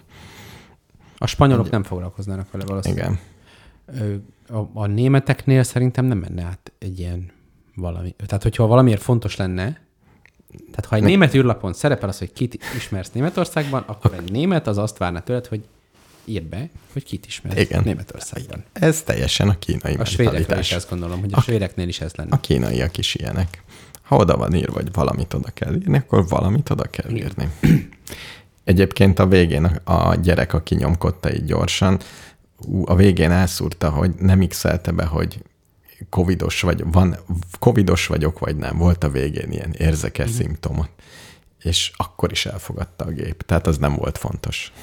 A spanyolok egy... nem foglalkoznának vele valószínűleg. Igen. A, a németeknél szerintem nem menne át egy ilyen valami. Tehát, hogyha valamiért fontos lenne, tehát ha egy ne... német űrlapon szerepel az, hogy kit ismersz Németországban, akkor egy német az azt várná tőled, hogy írd be, hogy kit ismersz Igen. Németországban. Ez teljesen a kínai a svédeknél is ezt gondolom, hogy a, a svédeknél is ez lenne. A kínaiak is ilyenek. Ha oda van írva, vagy valamit oda kell írni, akkor valamit oda kell Igen. írni. Egyébként a végén a gyerek, aki nyomkodta így gyorsan, a végén elszúrta, hogy nem x-elte be, hogy covidos vagy, van, covidos vagyok, vagy nem. Volt a végén ilyen érzekes mm. szimptomot. És akkor is elfogadta a gép. Tehát az nem volt fontos.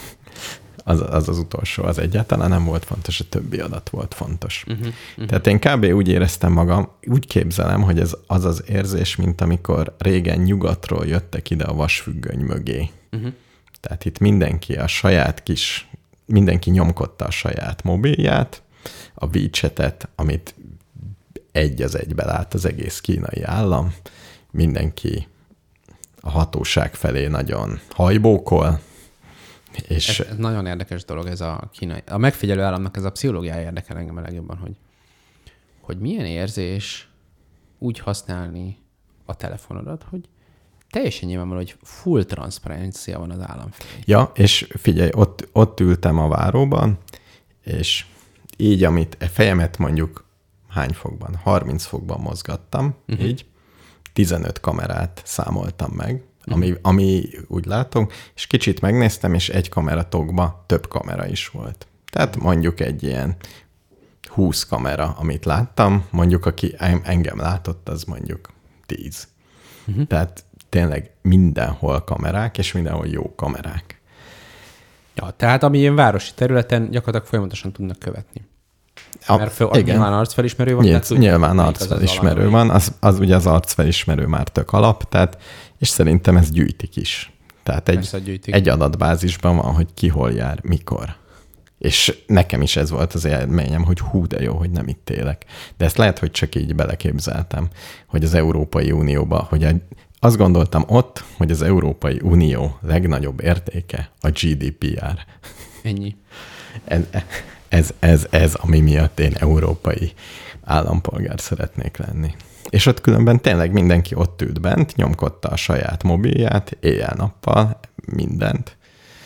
Az az, az utolsó, az egyáltalán nem volt fontos, a többi adat volt fontos. Uh-huh, uh-huh. Tehát én kb. Úgy éreztem magam, úgy képzelem, hogy ez az az érzés, mint amikor régen nyugatról jöttek ide a vasfüggöny mögé. Uh-huh. Tehát itt mindenki a saját kis, mindenki nyomkodta a saját mobilját, a WeChat-et, amit egy az egybe lát az egész kínai állam, mindenki a hatóság felé nagyon hajbókol, és... Ez, ez nagyon érdekes dolog, ez a kínai. A megfigyelő államnak ez a pszichológiája érdekel engem a legjobban, hogy, hogy milyen érzés úgy használni a telefonodat, hogy teljesen nyilvánvaló, hogy full transzparencia van az állam felé. Ja, és figyelj, ott, ott ültem a váróban, és így, amit a fejemet mondjuk hány fokban? harminc fokban mozgattam, uh-huh. így, tizenöt kamerát számoltam meg, Ami, mm. ami úgy látom, és kicsit megnéztem, és egy kameratokba több kamera is volt. Tehát mondjuk egy ilyen húsz kamera, amit láttam, mondjuk aki engem látott, az mondjuk tíz. Mm-hmm. Tehát tényleg mindenhol kamerák, és mindenhol jó kamerák. Ja, tehát ami ilyen városi területen gyakorlatilag folyamatosan tudnak követni. A, Mert föl, igen. nyilván arcfelismerő van. Nyilván, nyilván arcfelismerő az van, az, az ugye az arcfelismerő már tök alap, tehát, és szerintem ezt gyűjtik is. Tehát egy, egy adatbázisban van, hogy ki hol jár, mikor. És nekem is ez volt az élményem, hogy hú, de jó, hogy nem itt élek. De ezt lehet, hogy csak így beleképzeltem, hogy az Európai Unióban, hogy egy, azt gondoltam ott, hogy az Európai Unió legnagyobb értéke a gé dé pé er. Ennyi. Ez, ez, ez, ez, ami miatt én európai állampolgár szeretnék lenni. És ott különben tényleg mindenki ott ült bent, nyomkodta a saját mobilját, éjjel-nappal, mindent.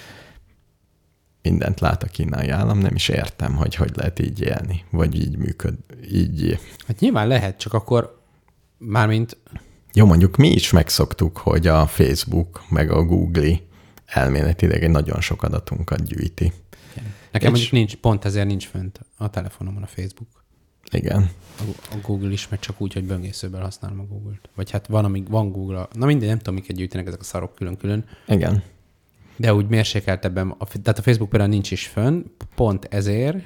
Mindent lát a kínai állam, nem is értem, hogy hogy lehet így élni, vagy így működ, így... Hát nyilván lehet, csak akkor mármint... Jó, mondjuk mi is megszoktuk, hogy a Facebook, meg a Google elméletileg egy nagyon sok adatunkat gyűjti. Nekem mondjuk nincs, pont ezért nincs fönt a telefonomon a Facebook. Igen. A, a Google is, mert csak úgy, hogy böngészőben használom a Google-t. Vagy hát van, amíg van Google. Na mindegy, nem tudom, miket gyűjtenek ezek a szarok külön-külön. Igen. De úgy mérsékeltebben, a, tehát a Facebook például nincs is fönn, pont ezért,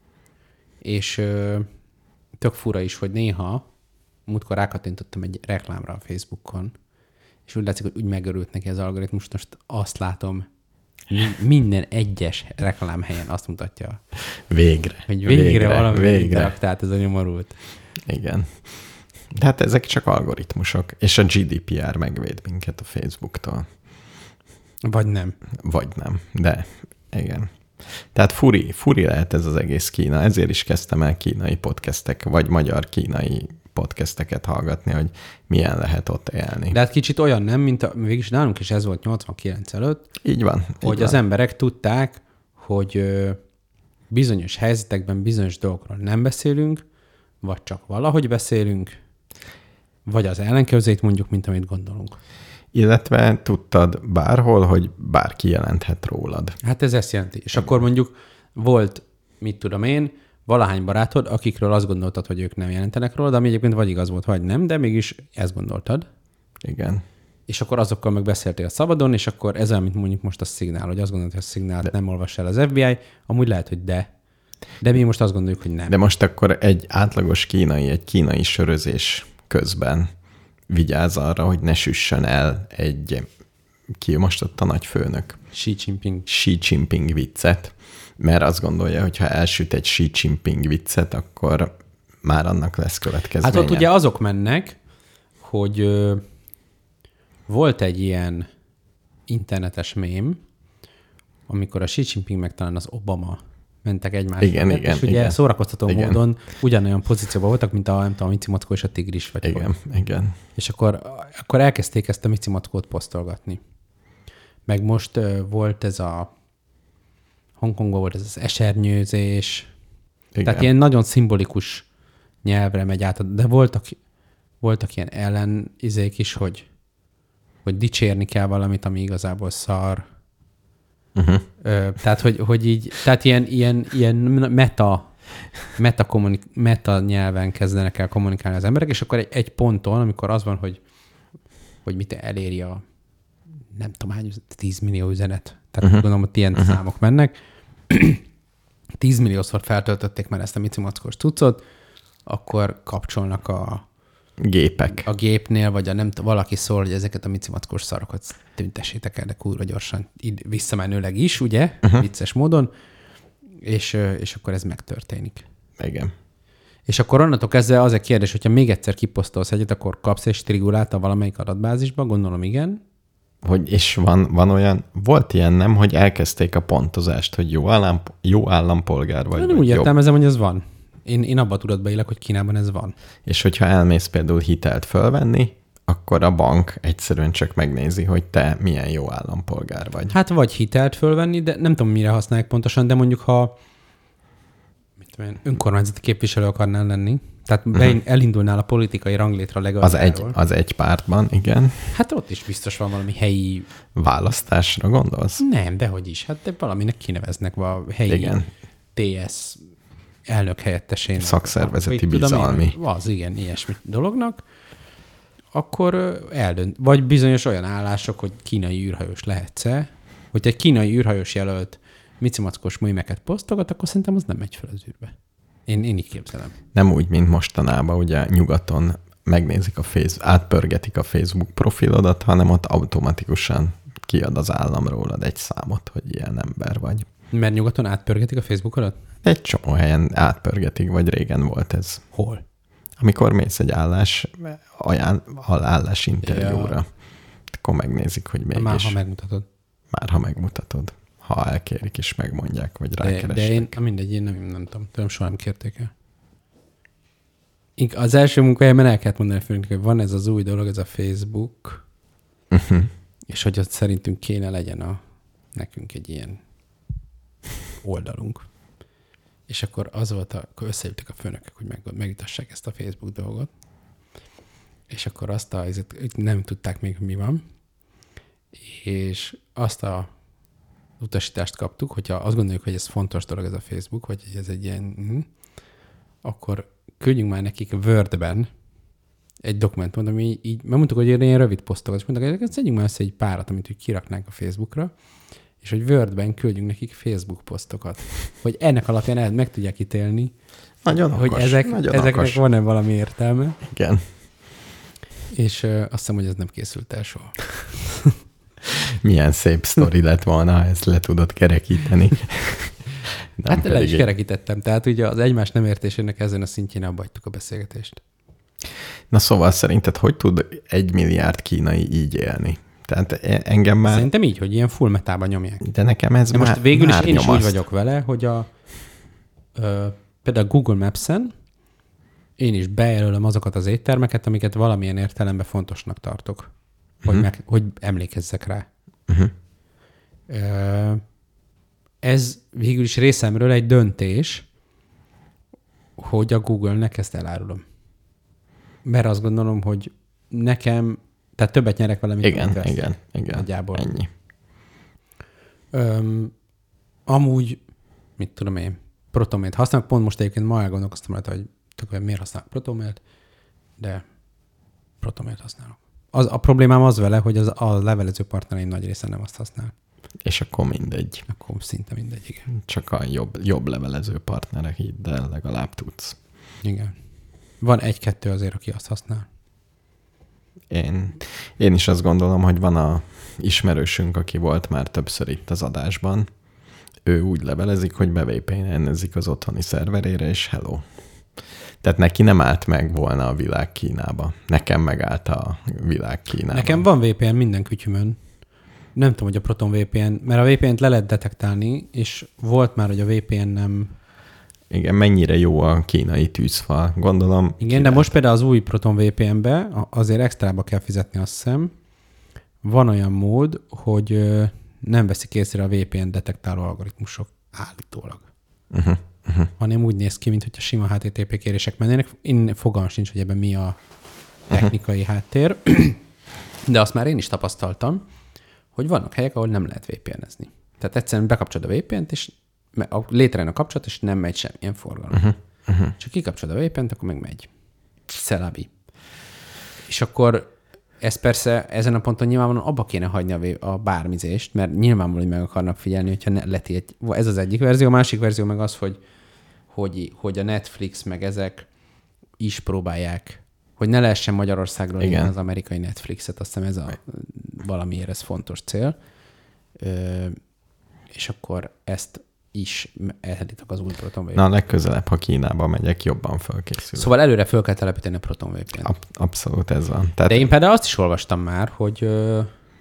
és ö, tök fura is, hogy néha, múltkor rákattintottam egy reklámra a Facebookon, és úgy látszik, hogy úgy megörült neki az algoritmus, most azt látom, minden egyes reklámhelyen azt mutatja. Végre. Hogy végre, végre valami végre. Tehát ez a nyomorult. Igen. De hát ezek csak algoritmusok, és a gé dé pé er megvéd minket a Facebooktól. Vagy nem. Vagy nem, de igen. Tehát furi, furi lehet ez az egész Kína, ezért is kezdtem el kínai podcastek, vagy magyar-kínai podcasteket hallgatni, hogy milyen lehet ott élni. De hát kicsit olyan nem, mint a, végülis nálunk is ez volt nyolcvankilenc előtt. Így van. Hogy így az van. emberek tudták, hogy ö, bizonyos helyzetekben bizonyos dolgokról nem beszélünk, vagy csak valahogy beszélünk, vagy az ellenkezőjét mondjuk, mint amit gondolunk. Illetve tudtad bárhol, hogy bárki jelenthet rólad. Hát ez ezt jelenti. És akkor mondjuk volt, mit tudom én, valahány barátod, akikről azt gondoltad, hogy ők nem jelentenek rólad, ami egyébként vagy igaz volt, vagy nem, de mégis ezt gondoltad. Igen. És akkor azokkal meg beszéltél szabadon, és akkor ez, amit mondjuk most a Szignál, hogy azt gondolod, hogy a Szignált de. nem olvassa el az ef bé i, amúgy lehet, hogy de. De mi most azt gondoljuk, hogy nem. De most akkor egy átlagos kínai, egy kínai sörözés közben vigyázz arra, hogy ne süssön el egy, ki most ott a nagyfőnök? Xi Jinping. Xi Jinping viccet, mert azt gondolja, hogy ha elsüt egy Xi Jinping viccet, akkor már annak lesz következménye. Hát ott ugye azok mennek, hogy ö, volt egy ilyen internetes mém, amikor a Xi Jinping meg talán az Obama mentek egymásra. Igen, és igen, ugye igen. szórakoztató igen. módon ugyanolyan pozícióban voltak, mint a, nem tudom, a Mici Mackó és a Tigris. Vagy Igen, hogy. igen. És akkor, akkor elkezdték ezt a Mici Mackót posztolgatni. Meg most uh, volt ez a Hongkongban volt ez az esernyőzés. igen. Tehát ilyen nagyon szimbolikus nyelvre megy át, de voltak, voltak ilyen ellenizék is, hogy, hogy dicsérni kell valamit, ami igazából szar. Uh-huh. Ö, tehát, hogy, hogy így, tehát ilyen, ilyen, ilyen meta, meta, kommunik, meta nyelven kezdenek el kommunikálni az emberek, és akkor egy, egy ponton, amikor az van, hogy, hogy mit eléri a nem tudom hány, tíz millió üzenet. Tehát uh-huh. gondolom, hogy ilyen uh-huh. számok mennek. tízmilliószor feltöltötték már ezt a Mici Mackós cuccot, akkor kapcsolnak a gépek. A gépnél, vagy a nem t- valaki szól, hogy ezeket a Mici Mackós szarokat tüntessétek el, de kurva gyorsan, így visszamenőleg is, ugye, uh-huh. vicces módon, és, és akkor ez megtörténik. Igen. És akkor onnantól kezdve az a kérdés, hogyha még egyszer kiposztolsz egyet, akkor kapsz egy strigulát a valamelyik adatbázisba, gondolom igen. Hogy, és van, van olyan, volt ilyen nem, hogy elkezdték a pontozást, hogy jó, állam, jó állampolgár vagy. Nem vagy úgy jobb. értelmezem, hogy ez van. Én, én abban a tudatban élek, hogy Kínában ez van. És hogyha elmész például hitelt fölvenni, akkor a bank egyszerűen csak megnézi, hogy te milyen jó állampolgár vagy. Hát vagy hitelt fölvenni, de nem tudom, mire használják pontosan, de mondjuk, ha mit tudom én, önkormányzati képviselő akarnál lenni, tehát uh-huh. elindulnál a politikai ranglétre legaljáról. Az egy, az egy pártban, igen. Hát ott is biztos van valami helyi... Választásra gondolsz? Nem, dehogy is. Hát de valaminek kineveznek a helyi igen. té es elnök helyettesének. Szakszervezeti bizalmi. Az igen, ilyesmi dolognak. Akkor eldönt. Vagy bizonyos olyan állások, hogy kínai űrhajós lehetsz-e. Hogyha egy kínai űrhajós jelölt Mici Mackós mémeket posztogat, akkor szerintem az nem megy fel az űrbe. Én, én így képzelem. Nem úgy, mint mostanában, ugye nyugaton megnézik a Facebook, átpörgetik a Facebook profilodat, hanem ott automatikusan kiad az állam rólad egy számot, hogy ilyen ember vagy. Mert nyugaton átpörgetik a Facebookodat? Egy csomó helyen átpörgetik, vagy régen volt ez. Hol? Amikor mész egy állás, ajánl, állásinterjúra, ja. akkor megnézik, hogy mégis. Már ha megmutatod. Már ha megmutatod. Ha elkérik és megmondják, vagy rákeresnek. De, de én, mindegy, én nem, nem tudom. Tudom, soha nem kérték el. Az első munkahelyemen el kellett mondani a főnök, hogy van ez az új dolog, ez a Facebook, uh-huh. és hogy ott szerintünk kéne legyen a, nekünk egy ilyen oldalunk. És akkor az volt, a, akkor összeültek a főnökök, hogy meg, megütassák ezt a Facebook dolgot. És akkor azt a, nem tudták még, mi van. És azt a utasítást kaptuk, hogyha azt gondoljuk, hogy ez fontos dolog ez a Facebook, hogy ez egy ilyen, mm, akkor küldjünk már nekik Wordben egy dokumentumot, ami így, mert mondtuk, hogy ilyen rövid posztokat, és mondták, hogy szedjünk már össze egy párat, amit úgy kiraknánk a Facebookra, és hogy Wordben küldjünk nekik Facebook posztokat, hogy ennek alapján el, meg tudják ítélni, nagyon hogy okos, ezek, nagyon ezeknek okos. van-e valami értelme. Igen. És uh, azt hiszem, hogy ez nem készült el soha. Milyen szép sztori lett volna, ha ezt le tudod kerekíteni. Nem hát le is kerekítettem. Tehát ugye az egymás nem értésének ezen a szintjén abba hagytuk a beszélgetést. Na szóval szerinted hogy tud egy milliárd kínai így élni? Tehát engem már... Szerintem így, hogy ilyen full metában nyomják. De nekem ez De már most végül is én is nyomaszt. úgy vagyok vele, hogy a ö, például Google Maps-en én is bejelölöm azokat az éttermeket, amiket valamilyen értelemben fontosnak tartok. Hogy, uh-huh. meg, hogy emlékezzek rá. Uh-huh. Ö, ez végül is részemről egy döntés, hogy a Google-nek ezt elárulom. Mert azt gondolom, hogy nekem, tehát többet nyerek vele, mint igen, igen, igen, igen. Nagyjából. Ennyi. Öm, amúgy, mit tudom én, Protomailt használok, pont most egyébként ma elgondolkoztam rajta, hogy tök, miért használok Protomailt, de Protomailt használok. Az, a problémám az vele, hogy az, a levelező partnereim nagy része nem azt használ. És akkor mindegy. Akkor szinte mindegy, igen. Csak a jobb, jobb levelező partnerek így, de legalább tudsz. Igen. Van egy-kettő azért, aki azt használ. Én, én is azt gondolom, hogy van a ismerősünk, aki volt már többször itt az adásban, ő úgy levelezik, hogy be vé pé en-ezik az otthoni szerverére, és hello. Tehát neki nem állt meg volna a világ Kínába. Nekem megállt a világ Kínába. Nekem van vé pé en minden kütyümön. Nem tudom, hogy a Proton vé pé en, mert a vé pé en-t le lehet detektálni, és volt már, hogy a vé pé en nem... Igen, mennyire jó a kínai tűzfal, gondolom. Igen, de lehet. Most például az új Proton vé pé en-be azért extrába kell fizetni, azt hiszem. Van olyan mód, hogy nem veszik észre a vé pé en detektáló algoritmusok állítólag. Uh-huh, uh-huh. Hanem úgy néz ki, mintha sima há té té pé kérések mennének. Én fogalmam sincs, hogy ebben mi a technikai uh-huh. háttér. De azt már én is tapasztaltam, hogy vannak helyek, ahol nem lehet vé pé en-ezni. Tehát egyszerűen bekapcsolod a vé pé en-t, és létrejön a kapcsolat, és nem megy semmilyen forgalom. Uh-huh. Uh-huh. Csak kikapcsolod a vé pé en-t, akkor meg megy. Szelabi. És akkor ez persze ezen a ponton nyilvánvalóan abba kéne hagyni a, vé- a bármizést, mert nyilvánvalóan, hogy meg akarnak figyelni, hogyha ne letilt. Ez az egyik verzió, a másik verzió meg az, hogy, hogy, hogy a Netflix meg ezek is próbálják, hogy ne lehessen Magyarországról igen az amerikai Netflixet, azt hiszem ez a valamiért ez fontos cél. Ö, és akkor ezt is elhedítok az új Proton vé pé en. Na, legközelebb, ha Kínába megyek, jobban felkészülök. Szóval előre föl kell telepíteni a Proton vé pé en. Ab- abszolút ez van. Tehát... De én például azt is olvastam már, hogy ö,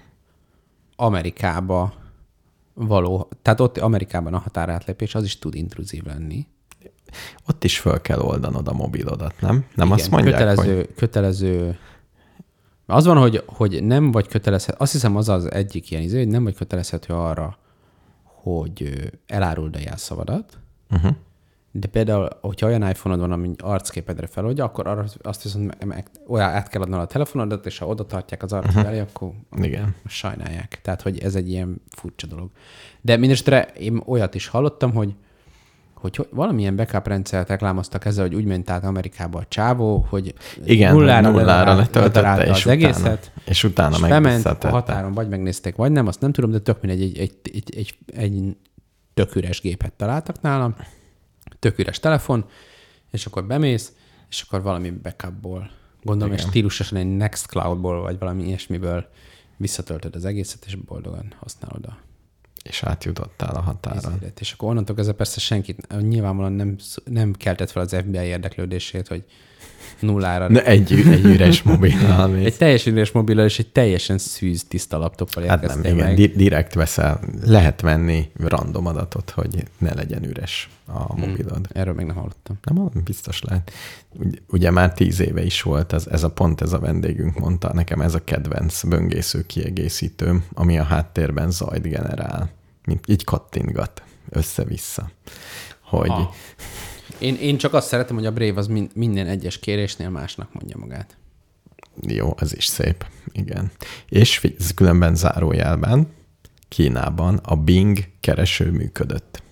Amerikába való, tehát ott Amerikában a határátlépés az is tud intruzív lenni. Ott is föl kell oldanod a mobilodat, nem? Nem igen, azt mondják, kötelező, hogy... kötelező. Az van, hogy, hogy nem vagy kötelezhető, azt hiszem az az egyik ilyen izé, hogy nem vagy kötelezhető arra, hogy eláruld a jelszavadat, uh-huh. de például, hogyha olyan iPhone-od van, ami arcképedre feloldja, akkor arra azt viszont meg, olyan át kell adnod a telefonodat, és ha oda tartják az arc uh-huh. elé, akkor igen. sajnálják. Tehát, hogy ez egy ilyen furcsa dolog. De mindesetre én olyat is hallottam, hogy, hogy valamilyen backup rendszert reklámoztak ezzel, hogy úgy ment át Amerikába a csávó, hogy igen, nullára, nullára letöltötte, és az utána, egészet, és utána és bement a határon, vagy megnézték, vagy nem, azt nem tudom, de tök mindegy, egy, egy, egy, egy, egy tök üres gépet találtak nálam, tök üres telefon, és akkor bemész, és akkor valami backupból, gondolom, és stílusosan egy Nextcloudból, vagy valami ilyesmiből visszatöltöd az egészet, és boldogan használod a és átjutottál a határon. Izélet. És akkor onnantól kezdve persze senkit, nyilvánvalóan nem, nem keltett fel az ef bé i érdeklődését, hogy nullára. De egy, egy üres mobillal. Egy teljesen üres mobillal, és egy teljesen szűz, tiszta laptoppal hát érkeztél nem, meg. igen, direkt veszel, lehet venni random adatot, hogy ne legyen üres a mobilod. Hmm, erről még nem hallottam. Nem, biztos lehet. Ugye már tíz éve is volt, ez, ez a pont, ez a vendégünk mondta, nekem ez a kedvenc böngésző kiegészítőm, ami a háttérben zajt generál, mint így kattintgat össze-vissza. Hogy... Én, én csak azt szeretem, hogy a Brave az min, minden egyes kérésnél másnak mondja magát. Jó, ez is szép. Igen. És különben zárójelben Kínában a Bing kereső működött.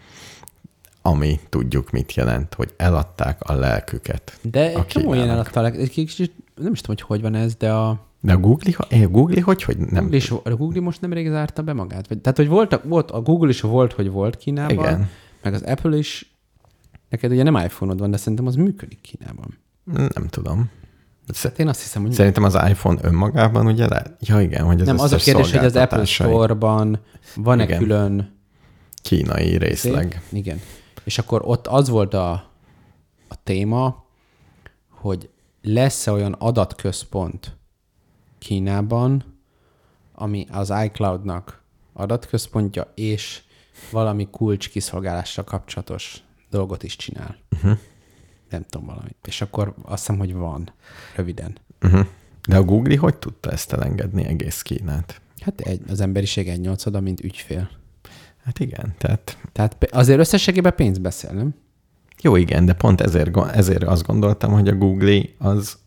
Ami tudjuk, mit jelent, hogy eladták a lelküket. De egy csomó ilyen eladta a lelküket. Nem is tudom, hogy hogy van ez, de a... De a Google, a Google hogy, hogy nem... Google is, a Google most nemrég zárta be magát. Vagy, tehát, hogy volt, volt, a Google is volt, hogy volt Kínában, igen. Meg az Apple is. Neked ugye nem iPhone-od van, de szerintem az működik Kínában. Nem tudom. Hát én azt hiszem, hogy... Szerintem az iPhone önmagában ugye le... Ja, igen, hogy az nem, az a kérdés, hogy az Apple Store-ban van-e igen. külön... kínai részleg. Szép? Igen. És akkor ott az volt a, a téma, hogy lesz-e olyan adatközpont Kínában, ami az iCloud-nak adatközpontja, és valami kulcs kiszolgálással kapcsolatos dolgot is csinál. Uh-huh. Nem tudom valamit. És akkor azt hiszem, hogy van. Röviden. Uh-huh. De a Google hogy tudta ezt elengedni egész Kínát? Hát egy, az emberiség egy nyolcada, mint ügyfél. Hát igen, tehát... Tehát azért összességében pénz beszél, nem? Jó, igen, de pont ezért, ezért azt gondoltam, hogy a Google az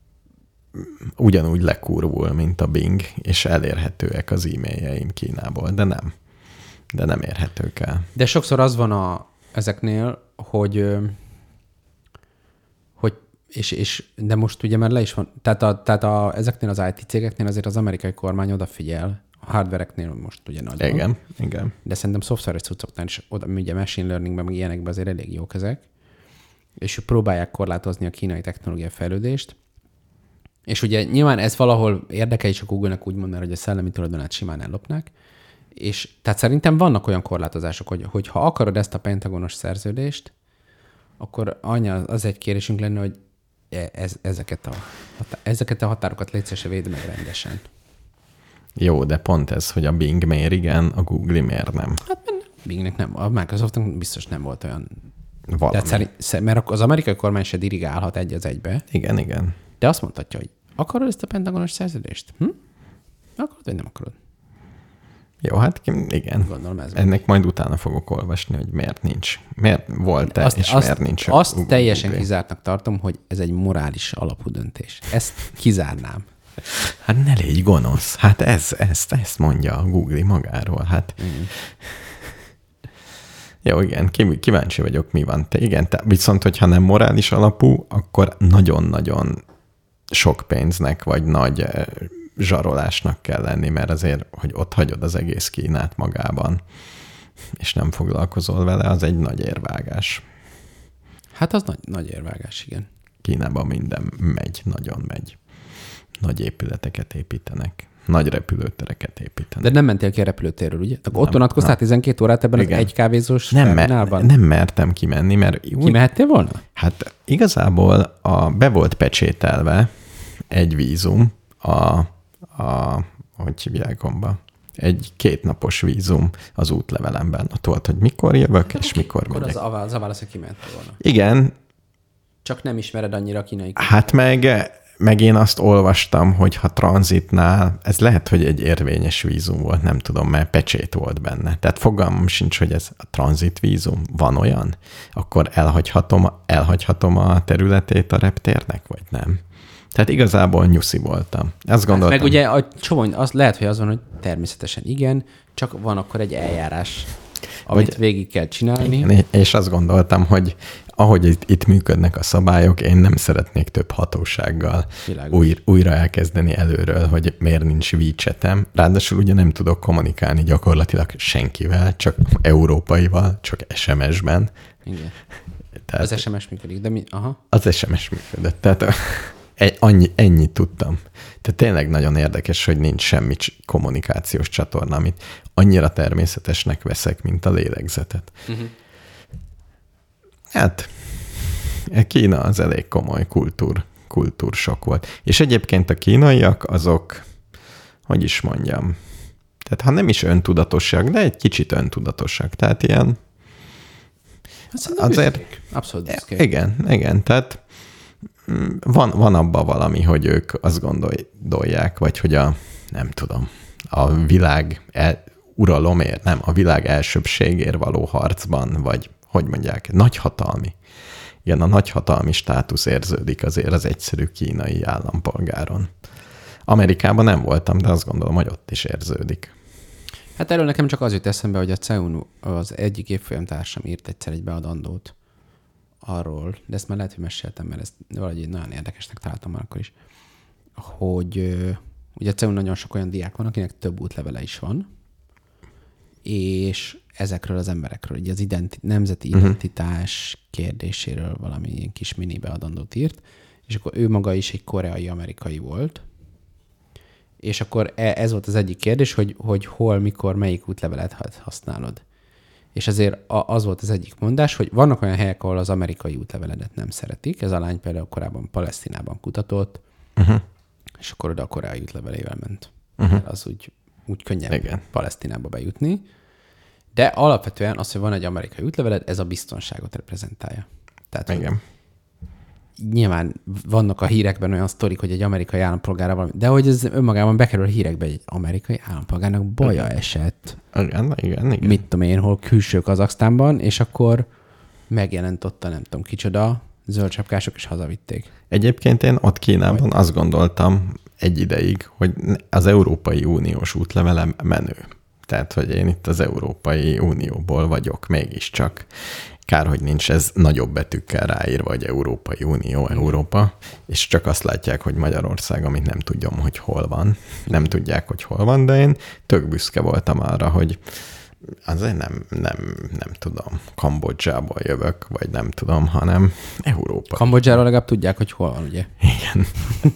ugyanúgy lekurvul, mint a Bing, és elérhetőek az e-mailjeim Kínából, de nem. De nem érhetők el. De sokszor az van a, ezeknél, hogy, hogy és, és, de most ugye már le is van, tehát, a, tehát a, ezeknél az i té cégeknél azért az amerikai kormány odafigyel, a hardvereknél most ugye nagyon. Igen, igen. De szerintem szoftveres cuccoknál is, oda, ugye machine learningben, meg ilyenekben azért elég jók ezek, és próbálják korlátozni a kínai technológiai fejlődést. És ugye nyilván ez valahol érdeke is a Google-nek úgymond, hogy a szellemi tulajdonát simán ellopnák, És tehát szerintem vannak olyan korlátozások, hogy, hogy ha akarod ezt a pentagonos szerződést, akkor anya, az egy kérésünk lenne, hogy ez, ezeket, a, ezeket a határokat légy szíves, védd meg rendesen. Jó, de pont ez, hogy a Bing miért igen, a Google miért nem. Hát Bingnek nem, a Microsoftnak biztos nem volt olyan... Valami. Szerint, mert az amerikai kormány se dirigálhat egy az egybe. Igen, igen. De azt mondhatja, hogy akarod ezt a pentagonos szerződést? Hm? Akarod, vagy nem akarod? Jó, hát igen. Gondolom ez. Ennek majd utána fogok olvasni, hogy miért nincs. Miért volt-e, azt, és azt, miért nincs. Azt Google. teljesen kizártnak tartom, hogy ez egy morális alapú döntés. Ezt kizárnám. Hát ne légy gonosz. Hát ez, ezt, ezt mondja a Google magáról. Hát... Mm. Jó, igen, kíváncsi vagyok, mi van. Te, igen, te, viszont, hogyha nem morális alapú, akkor nagyon-nagyon sok pénznek, vagy nagy zsarolásnak kell lenni, mert azért, hogy ott hagyod az egész Kínát magában, és nem foglalkozol vele, az egy nagy érvágás. Hát az nagy, nagy érvágás, igen. Kínában minden megy, nagyon megy. Nagy épületeket építenek. Nagy repülőtereket építenek. De nem mentél ki a repülőtérről, ugye? Akkor ott vonatkoztál tizenkét órát ebben igen. Az egy kávézós nem, terminálban? Nem mertem kimenni, mert... Úgy, kimehettél volna? Hát igazából a, be volt pecsételve egy vízum, a, a hogy hívják gomba? Egy kétnapos vízum az útlevelemben. Ott volt, hogy mikor jövök, és mikor akkor megyek. Akkor az a válasz, hogy kimehettél volna. Igen. Csak nem ismered annyira a kínai. Hát meg... Meg én azt olvastam, hogy ha tranzitnál, ez lehet, hogy egy érvényes vízum volt, nem tudom, mert pecsét volt benne. Tehát fogalmam sincs, hogy ez a tranzit vízum van olyan, akkor elhagyhatom, elhagyhatom a területét a reptérnek, vagy nem? Tehát igazából nyuszi voltam. Azt gondoltam. Hát meg ugye a csomó, az lehet, hogy az van, hogy természetesen igen, csak van akkor egy eljárás, amit vagy, végig kell csinálni. Igen, és azt gondoltam, hogy ahogy itt, itt működnek a szabályok, én nem szeretnék több hatósággal új, újra elkezdeni előről, hogy miért nincs WeChat-em. Ráadásul ugye nem tudok kommunikálni gyakorlatilag senkivel, csak európaival, csak es em es-ben. Igen. Tehát az es em es működik, de mi? Aha. Az es em es működött. Tehát annyi, ennyit tudtam. Tehát tényleg nagyon érdekes, hogy nincs semmi kommunikációs csatorna, amit annyira természetesnek veszek, mint a lélegzetet. Uh-huh. Hát, Kína az elég komoly kultúr, kultúrsok volt. És egyébként a kínaiak azok, hogy is mondjam, tehát ha nem is öntudatosak, de egy kicsit öntudatosak. Tehát ilyen... Azért... Büszkék. Abszolút büszkék. Igen, igen, tehát van, van abban valami, hogy ők azt gondolják, vagy hogy a, nem tudom, a világ el, uralomért, nem, a világ elsőbbségért való harcban, vagy hogy mondják, nagyhatalmi. Igen, a nagyhatalmi státusz érződik azért az egyszerű kínai állampolgáron. Amerikában nem voltam, de azt gondolom, hogy ott is érződik. Hát erről nekem csak az jut eszembe, hogy a cé e u az egyik évfolyamtársam írt egyszer egy beadandót arról, de ezt már lehet, hogy meséltem, mert ezt valahogy nagyon érdekesnek találtam már akkor is, hogy ugye a cé e u nagyon sok olyan diák van, akinek több útlevele is van, és ezekről az emberekről, ugye az identi- nemzeti identitás uh-huh. kérdéséről valami ilyen kis mini beadandót írt, és akkor ő maga is egy koreai-amerikai volt, és akkor ez volt az egyik kérdés, hogy, hogy hol, mikor, melyik útlevelet használod. És azért az volt az egyik mondás, hogy vannak olyan helyek, ahol az amerikai útleveledet nem szeretik. Ez a lány például korábban Palesztinában kutatott, uh-huh. és akkor oda a koreai útlevelével ment. Uh-huh. Az úgy, úgy könnyebb igen. Palesztinába bejutni. De alapvetően az, hogy van egy amerikai útleveled, ez a biztonságot reprezentálja. Tehát, igen. Nyilván vannak a hírekben olyan sztorik, hogy egy amerikai állampolgára valami, de hogy ez önmagában bekerül a hírekbe, egy amerikai állampolgárnak baja igen. esett. Igen, igen, igen. Mit tudom én, hol külső Kazaksztánban, és akkor megjelent ott a nem tudom kicsoda, zöldcsapkások, és hazavitték. Egyébként én ott Kínában Majd. azt gondoltam egy ideig, hogy az Európai Uniós útlevelem menő. Tehát, hogy én itt az Európai Unióból vagyok mégiscsak. Kár, hogy nincs ez nagyobb betűkkel ráírva, hogy Európai Unió, Európa, és csak azt látják, hogy Magyarország, amit nem tudom, hogy hol van. Nem tudják, hogy hol van, de én tök büszke voltam arra, hogy azért nem, nem, nem tudom, Kambodzsából jövök, vagy nem tudom, hanem Európa. Kambodzsáról legalább tudják, hogy hol van, ugye? Igen.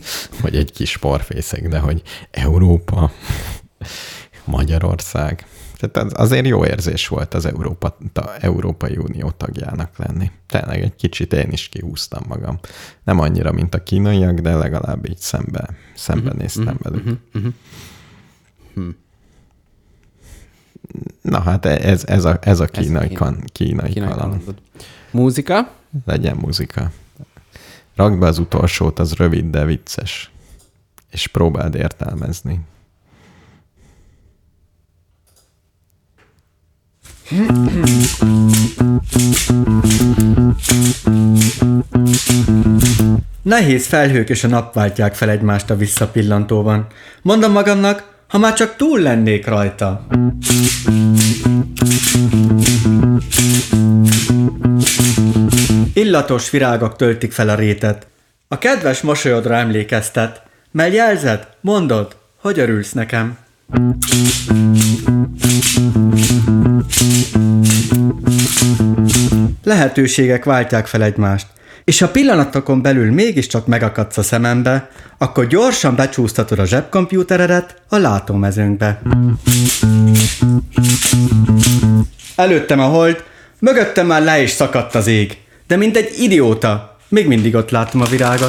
Vagy egy kis porfészek, de hogy Európa, Magyarország. Tehát azért jó érzés volt az Európa, ta, Európai Unió tagjának lenni. Tényleg egy kicsit én is kihúztam magam. Nem annyira, mint a kínaiak, de legalább így szembe, szembe uh-huh, néztem uh-huh, velük. Uh-huh, uh-huh. Hmm. Na hát ez, ez, a, ez a kínai, ez kan, kínai, kínai kaland. kalandod. Múzika? Legyen múzika. Rakd be az utolsót, az rövid, de vicces. És próbáld értelmezni. Nehéz felhők és a nap váltják fel egymást a visszapillantóban. Mondom magamnak, ha már csak túl lennék rajta. Illatos virágok töltik fel a rétet. A kedves mosolyodra emlékeztet, mely jelzed, mondod, hogy örülsz nekem. Lehetőségek váltják fel egymást, és ha pillanatokon belül mégiscsak megakadsz a szemembe, akkor gyorsan becsúsztatod a zsebkompjúteredet a látómezőnkbe. Előttem a hold, mögöttem már le is szakadt az ég, de mint egy idióta, még mindig ott látom a virágot.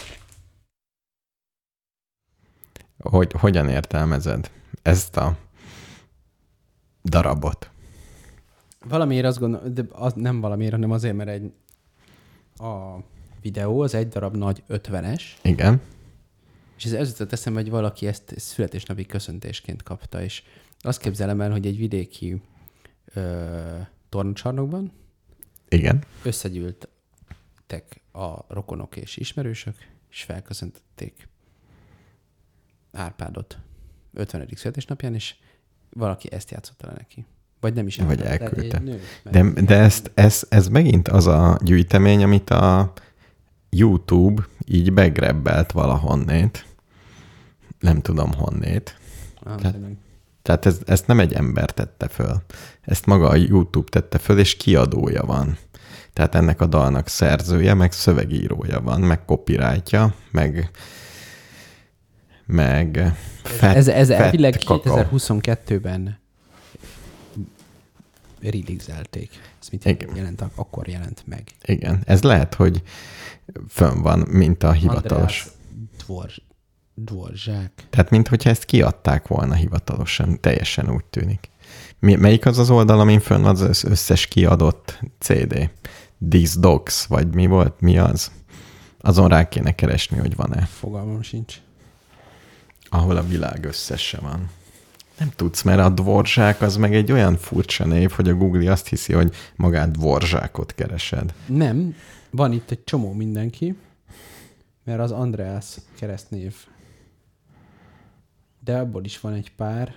Hogy, hogyan értelmezed ezt a darabot? Valamiért azt gondolom, de az nem valamiért, hanem azért, mert egy a videó az egy darab nagy ötvenes. Igen. És ez az jutott eszembe, hogy valaki ezt születésnapi köszöntésként kapta, és azt képzelem el, hogy egy vidéki ö, tornacsarnokban igen. összegyűltek a rokonok és ismerősök, és felköszöntötték Árpádot ötvenedik születésnapján, és valaki ezt játszotta le neki. Vagy nem is Vagy elküldte. Nő, de de ezt, ez, ez megint az a gyűjtemény, amit a YouTube így begrebbelt valahonnét. Nem tudom honnét. Ah, tehát tehát ez, ezt nem egy ember tette föl. Ezt maga a YouTube tette föl, és kiadója van. Tehát ennek a dalnak szerzője, meg szövegírója van, meg copyrightja, meg meg fett, ez, ez fett elvileg kakao. kétezer-huszonkettőben releaselték. Ez mit jelent, akkor jelent meg. Igen, ez lehet, hogy fönn van, mint a hivatalos. András Dvorzsák. Tehát, minthogyha ezt kiadták volna hivatalosan, teljesen úgy tűnik. Mi, melyik az az oldal, amin fönn az összes kiadott cé dé? These Dogs, vagy mi volt? Mi az? Azon rá kéne keresni, hogy van-e. Fogalmam sincs. Ahol a világ összese van. Nem tudsz, mert a Dvorzsák az meg egy olyan furcsa név, hogy a Google azt hiszi, hogy magát Dvorzsákot keresed. Nem, van itt egy csomó mindenki, mert az Andreas keresztnév. De abból is van egy pár.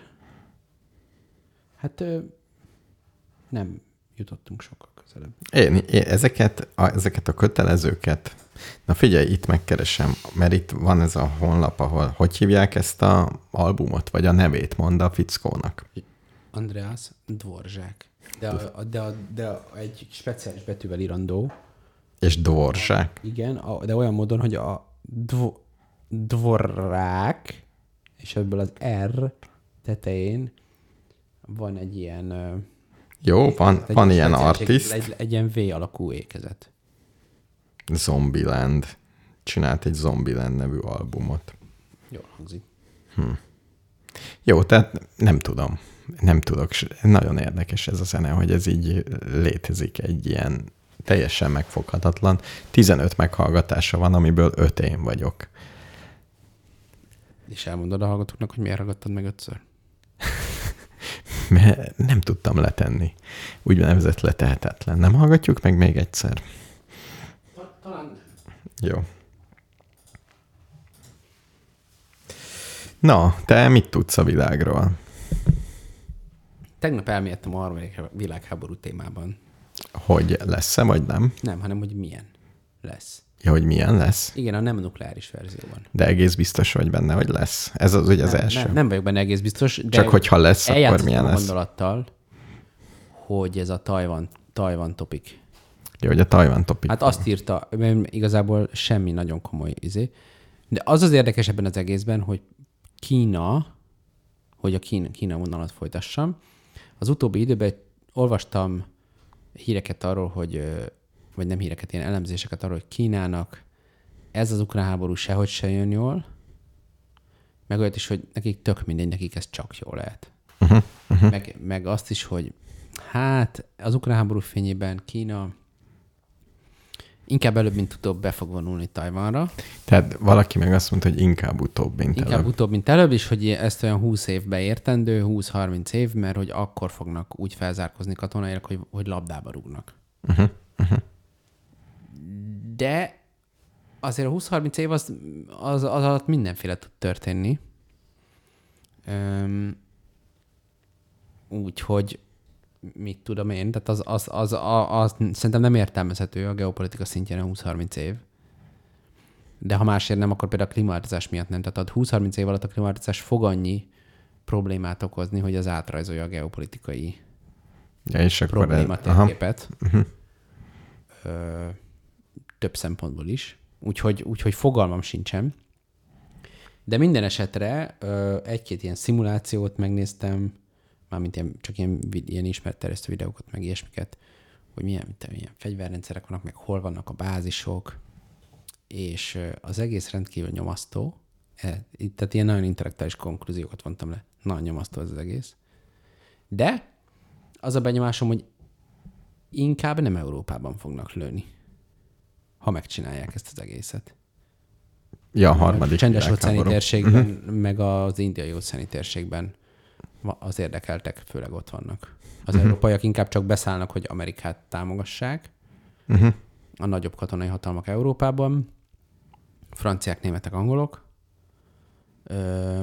Hát nem jutottunk sokkal közelebb. Én, én ezeket, a, ezeket a kötelezőket, na figyelj, itt megkeresem, mert itt van ez a honlap, ahol hogy hívják ezt a albumot, vagy a nevét mond a fickónak? Andreas Dvorzsák. De, a, de, a, de a, egy speciális betűvel írandó. És Dvorzsák? Igen, a, de olyan módon, hogy a dvo, Dvorrák, és ebből az R tetején van egy ilyen... Jó, van, egy van ilyen artist. Egy, egy ilyen V alakú ékezet. Zombieland. Csinált egy Zombieland nevű albumot. Jól hangzik. Hm. Jó, tehát nem tudom. Nem tudok. Nagyon érdekes ez a zene, hogy ez így létezik egy ilyen teljesen megfoghatatlan. tizenöt meghallgatása van, amiből öt én vagyok. És elmondod a hallgatóknak, hogy miért ragadtad meg ötször? Mert nem tudtam letenni. Úgynevezett letehetetlen. Nem hallgatjuk meg még egyszer? Talán. Jó. Na, te mit tudsz a világról? Tegnap elmélyedtem a harmadik világháború témában. Hogy lesz-e, vagy nem? Nem, hanem hogy milyen lesz. Ja, hogy milyen lesz? Igen, a nem nukleáris verzióban. De egész biztos vagy benne, hogy lesz. Ez az ugye az nem, első. Nem, nem vagyok benne egész biztos. De csak hogyha lesz, akkor milyen lesz? Gondolattal, hogy ez a Tajvan, Tajvan topik. Jó, hogy a Tajvan topik. Hát azt írta, mert igazából semmi nagyon komoly izé. De az az érdekes ebben az egészben, hogy Kína, hogy a Kína, Kína vonalat folytassam, Az utóbbi időben olvastam híreket arról, hogy, vagy nem híreket, ilyen elemzéseket arról, hogy Kínának ez az ukrán háború sehogy se jön jól, meg olyat is, hogy nekik tök mindegy, nekik ez csak jól lehet. Uh-huh, uh-huh. Meg, meg azt is, hogy hát az ukrán háború fényében Kína inkább előbb, mint utóbb be fog vonulni Tajvanra. Tehát valaki meg azt mondta, hogy inkább utóbb, mint inkább előbb. Inkább utóbb, mint előbb, és hogy ezt olyan húsz évbe értendő, húsz-harminc év, mert hogy akkor fognak úgy felzárkozni katonailag, hogy, hogy labdába rúgnak. Uh-huh, uh-huh. De azért a húsz-harminc év az, az, az alatt mindenféle tud történni. Üm, Úgyhogy mit tudom én, tehát az, az, az, az, az szerintem nem értelmezhető a geopolitika szintjén a húsz-harminc év. De ha másért nem, akkor például a klímaváltozás miatt nem. Tehát a húsz-harminc év alatt a klímaváltozás fog annyi problémát okozni, hogy az átrajzolja a geopolitikai ja, és probléma térképet. Uh-huh. Ö, több szempontból is. Úgyhogy, úgyhogy fogalmam sincsen. De minden esetre ö, egy-két ilyen szimulációt megnéztem, mármint ilyen, csak ilyen, ilyen ismert terjesztő videókat, meg ilyesmiket, hogy milyen, milyen fegyverrendszerek vannak, meg hol vannak a bázisok, és az egész rendkívül nyomasztó. Tehát ilyen nagyon intellektuális konklúziókat vontam le. Nagyon nyomasztó ez az egész. De az a benyomásom, hogy inkább nem Európában fognak lőni, ha megcsinálják ezt az egészet. Ja, a harmadik csendes óceáni térségben, uh-huh. meg az indiai óceáni térségben az érdekeltek főleg ott vannak. Az uh-huh. európaiak inkább csak beszállnak, hogy Amerikát támogassák, uh-huh. a nagyobb katonai hatalmak Európában, franciák, németek, angolok. Ö,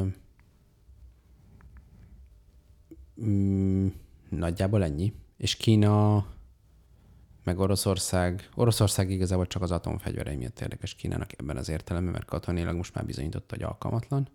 mm, nagyjából ennyi. És Kína, meg Oroszország, Oroszország igazából csak az atomfegyverei miatt érdekes Kínának ebben az értelemben, mert katonailag most már bizonyította, hogy alkalmatlan.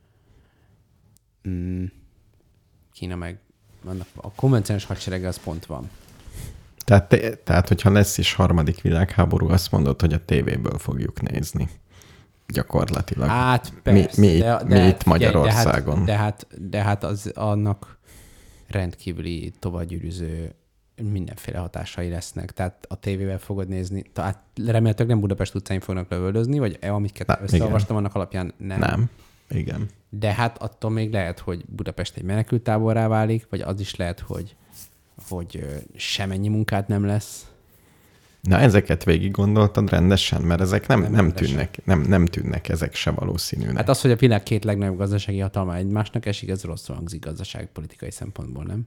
Mm, Kína meg a konvencionális hadserege az pont van. Tehát, te, tehát, hogyha lesz is harmadik világháború, azt mondod, hogy a tévéből fogjuk nézni. Gyakorlatilag. Hát persze. Mi, mi, de, mi de, itt Magyarországon. De hát, de hát, de hát az, annak rendkívüli továbbgyűrűző mindenféle hatásai lesznek. Tehát a tévével fogod nézni. Tehát remélhetőleg nem Budapest utcáin fognak lövöldözni, vagy amiket összeolvastam, annak alapján nem. Nem, igen. De hát attól még lehet, hogy Budapest egy menekülttáborrá válik, vagy az is lehet, hogy, hogy semennyi munkát nem lesz. Na, ezeket végig gondoltad rendesen, mert ezek nem, nem, nem, tűnnek, nem, nem tűnnek ezek se valószínűnek. Hát az, hogy a világ két legnagyobb gazdasági hatalma egymásnak esik, ez rosszul hangzik gazdaságpolitikai szempontból, nem?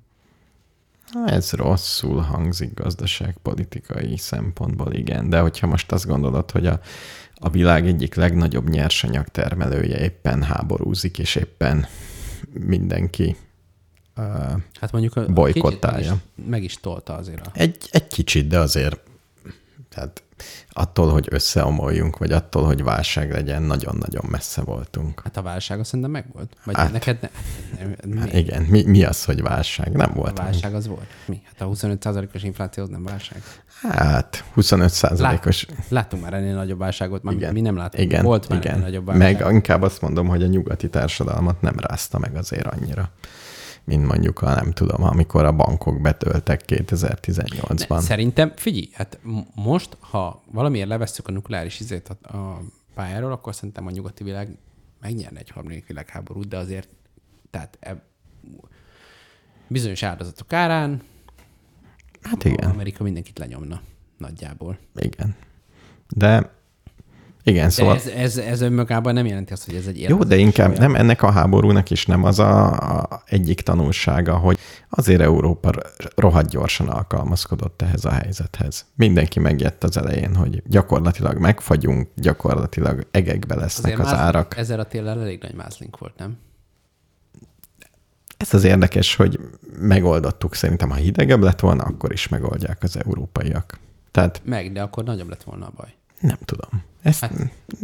Ez rosszul hangzik gazdaságpolitikai szempontból, igen. De hogyha most azt gondolod, hogy a, a világ egyik legnagyobb nyersanyag termelője éppen háborúzik, és éppen mindenki uh, hát mondjuk a, bolykottálja. Meg is, meg is tolta azért. A... Egy, egy kicsit, de azért tehát attól, hogy összeomoljunk, vagy attól, hogy válság legyen, nagyon-nagyon messze voltunk. Hát a válság azt szerintem megvolt. Vagy hát, neked ne, ne, hát igen, mi, mi az, hogy válság? Nem volt. A válság az volt. Mi? Hát a huszonöt százalékos infláció az nem válság. Hát huszonöt százalékos. Lát, láttunk már ennél nagyobb válságot, már igen, mi nem látunk. Igen, volt már igen. ennél nagyobb válság. Meg inkább azt mondom, hogy a nyugati társadalmat nem rázta meg azért annyira, mint mondjuk, a, nem tudom, amikor a bankok betöltek kétezer-tizennyolcban. Ne, szerintem, figyelj, hát most, ha valamiért levesszük a nukleáris izét a, a pályáról, akkor szerintem a nyugati világ megnyerne egy harmadik világháborút, de azért, tehát e, bizonyos áldozatok árán hát igen. Amerika mindenkit lenyomna nagyjából. Igen. De igen, szóval... De ez, ez, ez önmagában nem jelenti azt, hogy ez egy Jó, de inkább olyan. Nem ennek a háborúnak is nem az a, a egyik tanulsága, hogy azért Európa rohadt gyorsan alkalmazkodott ehhez a helyzethez. Mindenki megjött az elején, hogy gyakorlatilag megfagyunk, gyakorlatilag egekbe lesznek azért az árak. Ezzel a télen elég nagy mázlink volt, nem? Ez az érdekes, hogy megoldottuk szerintem, ha hidegebb lett volna, akkor is megoldják az európaiak. Tehát... Meg, de akkor nagyobb lett volna a baj. Nem tudom. Ezt hát.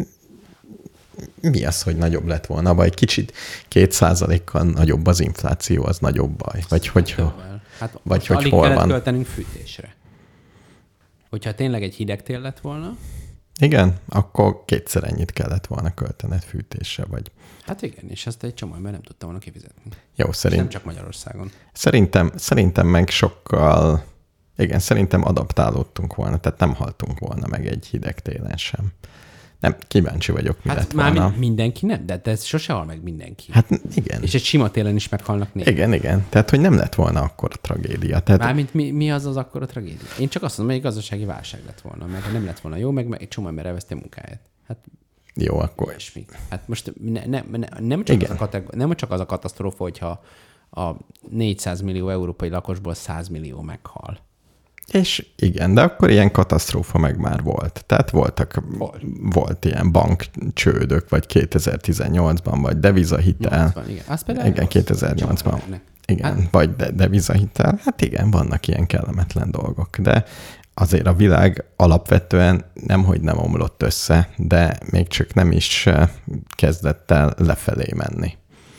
Mi az, hogy nagyobb lett volna? Vagy kicsit két százalékkal nagyobb az infláció, az nagyobb baj. Vagy hogy, hát vagy hogy alig hol kellett van. költenünk fűtésre. Hogyha tényleg egy hideg tél lett volna, Igen, akkor kétszer ennyit kellett volna költened fűtésre, vagy... Hát igen, és ezt egy csomó ember nem tudta volna kifizetni. Jó, szerint... Nem csak Magyarországon. Szerintem, szerintem meg sokkal... Igen, szerintem adaptálódtunk volna, tehát nem haltunk volna meg egy hideg télen sem. Nem, kíváncsi vagyok, mi hát lett már volna. mindenki nem, de ez sose hal meg mindenki. Hát igen. És egy sima télen is meghalnak néha. Igen, igen. Tehát, hogy nem lett volna akkora tragédia. Tehát... Mármint mi, mi az az akkora tragédia? Én csak azt mondom, hogy egy gazdasági válság lett volna, meg nem lett volna jó, meg, meg egy csomó ember elveszti a munkáját. Hát jó, akkor... És mi? Hát most ne, ne, ne, nem, csak az a kategor- nem csak az a katasztrófa, hogyha a négyszáz millió európai lakosból száz millió meghal. És igen, de akkor ilyen katasztrófa meg már volt. Tehát voltak, volt, volt ilyen bankcsődök, vagy kétezer-tizennyolcban, vagy devizahitel. nyolcban, igen. Az igen, kétezer-nyolcban. Igen, hát, vagy de, devizahitel. Hát igen, vannak ilyen kellemetlen dolgok, de azért a világ alapvetően nemhogy nem omlott össze, de még csak nem is kezdett el lefelé menni.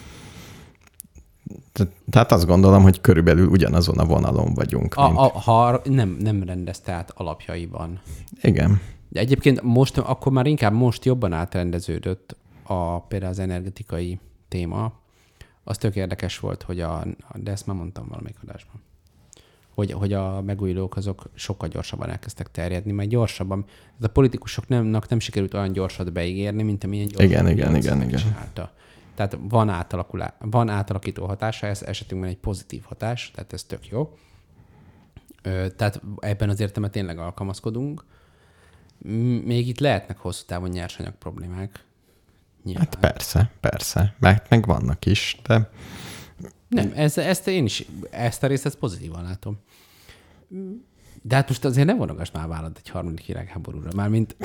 Tehát azt gondolom, hogy körülbelül ugyanazon a vonalon vagyunk. A, mint... a, ha nem, nem rendezte át alapjaiban. Igen. De egyébként most, akkor már inkább most jobban átrendeződött a, például az energetikai téma. Az tök érdekes volt, hogy a, de ezt már mondtam valamelyik adásban, hogy, hogy a megújulók azok sokkal gyorsabban elkezdtek terjedni, mert gyorsabban, a politikusoknak nem sikerült olyan gyorsat beígérni, mint amilyen gyorsan. Igen, igen, igen, igen. Csinálta. Tehát van, átalakulá, van átalakító hatása, ez esetünkben egy pozitív hatás, tehát ez tök jó. Ö, tehát ebben az értelemben tényleg alkalmazkodunk. Még itt lehetnek hosszú távon nyersanyag problémák. Nyilván. Hát persze, persze. Meg, meg vannak is, de... Nem, ez, ezt én is, ezt a részt ezt pozitívan látom. De hát most azért nem vonogass már vállat egy harmadik világháborúra, mármint...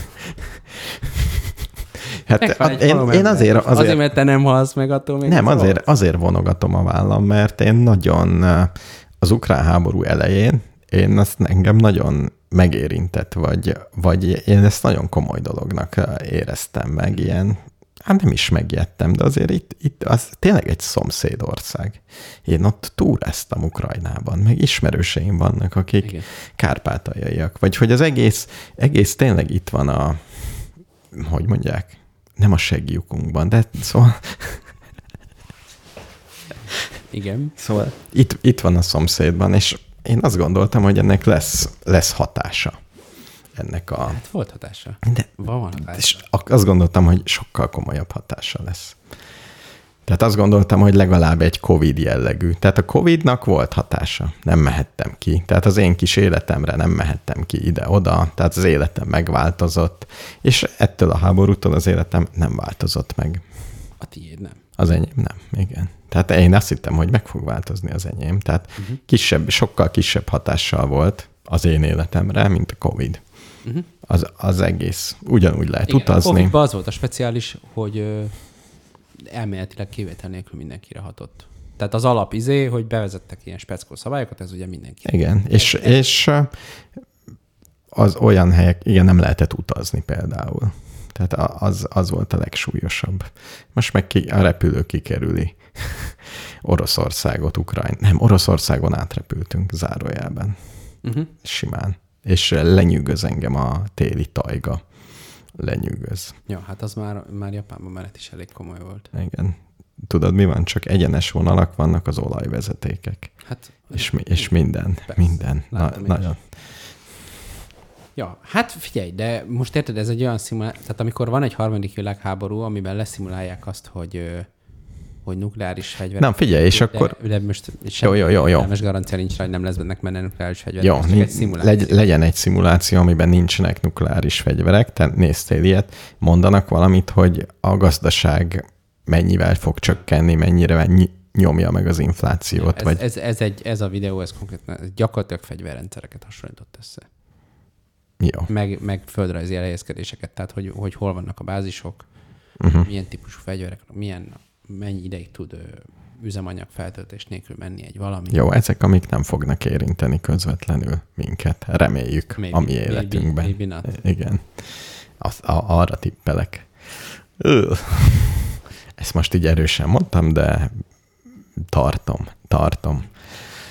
Hát a, én, én azért, azért... Azért, mert te nem halsz meg attól még... Nem, azért, azért vonogatom a vállam, mert én nagyon az ukrán háború elején, én azt engem nagyon megérintett, vagy, vagy én ezt nagyon komoly dolognak éreztem meg, ilyen, hát nem is megijedtem, de azért itt, itt az tényleg egy szomszédország. Én ott túráztam Ukrajnában, meg ismerőseim vannak, akik igen. kárpátaljaiak, vagy hogy az egész, egész tényleg itt van a, hogy mondják, nem a segjukunkban, de szóval... Igen. Szóval itt, itt van a szomszédban, és én azt gondoltam, hogy ennek lesz, lesz hatása. Ennek a... Hát volt hatása. De, van hatása. És azt gondoltam, hogy sokkal komolyabb hatása lesz. Tehát azt gondoltam, hogy legalább egy Covid jellegű. Tehát a Covidnak volt hatása. Nem mehettem ki. Tehát az én kis életemre nem mehettem ki ide-oda. Tehát az életem megváltozott. És ettől a háborútól az életem nem változott meg. A tiéd nem. Az enyém nem, igen. Tehát én azt hittem, hogy meg fog változni az enyém. Tehát uh-huh. kisebb, sokkal kisebb hatással volt az én életemre, mint a Covid. Uh-huh. Az, az egész. Ugyanúgy lehet igen, utazni. A Covidban az volt a speciális, hogy ö, elméletileg kivétel nélkül mindenkire hatott. Tehát az alap izé, hogy bevezettek ilyen speckó szabályokat, ez ugye mindenki. Igen, és, ez, és az olyan helyek, igen, nem lehetett utazni például. Tehát az, az volt a legsúlyosabb. Most meg ki, a repülő kikerüli Oroszországot, Ukrajn. Nem, Oroszországon átrepültünk zárójelben. Uh-huh. Simán. És lenyűgöz engem a téli tajga. Lenyűgöz. Ja, hát az már, már Japánban menet is elég komoly volt. Igen. Tudod, mi van? Csak egyenes vonalak vannak az olajvezetékek. Hát, és, mi, és minden. Persze. Minden. Na, nagyon. Ja, hát figyelj, de most érted, ez egy olyan szimuláció, tehát amikor van egy harmadik világháború, amiben leszimulálják azt, hogy, hogy nukleáris fegyverek. Nem, figyelj, és de, akkor... De most jó, jó, jó, jó. Most garancia nincs rá, hogy nem lesz bennek menne nukleáris fegyverek. Jó, egy legy, legyen egy szimuláció, amiben nincsenek nukleáris fegyverek. Te néztél ilyet, mondanak valamit, hogy a gazdaság mennyivel fog csökkenni, mennyire nyomja meg az inflációt. Ez, vagy... ez, ez, egy, ez a videó, ez konkrétan ez gyakorlatilag fegyverrendszereket hasonlított össze. Jó. Meg, meg földrajzi elhelyezkedéseket, tehát hogy, hogy hol vannak a bázisok, uh-huh. milyen típusú fegyverek, milyen, mennyi ideig tud ö, üzemanyag feltöltés nélkül menni egy valami. Jó, ezek, amik nem fognak érinteni közvetlenül minket, reméljük maybe, a mi életünkben. Maybe, maybe igen. Az, a, arra tippelek. Öh. Ezt most így erősen mondtam, de tartom, tartom.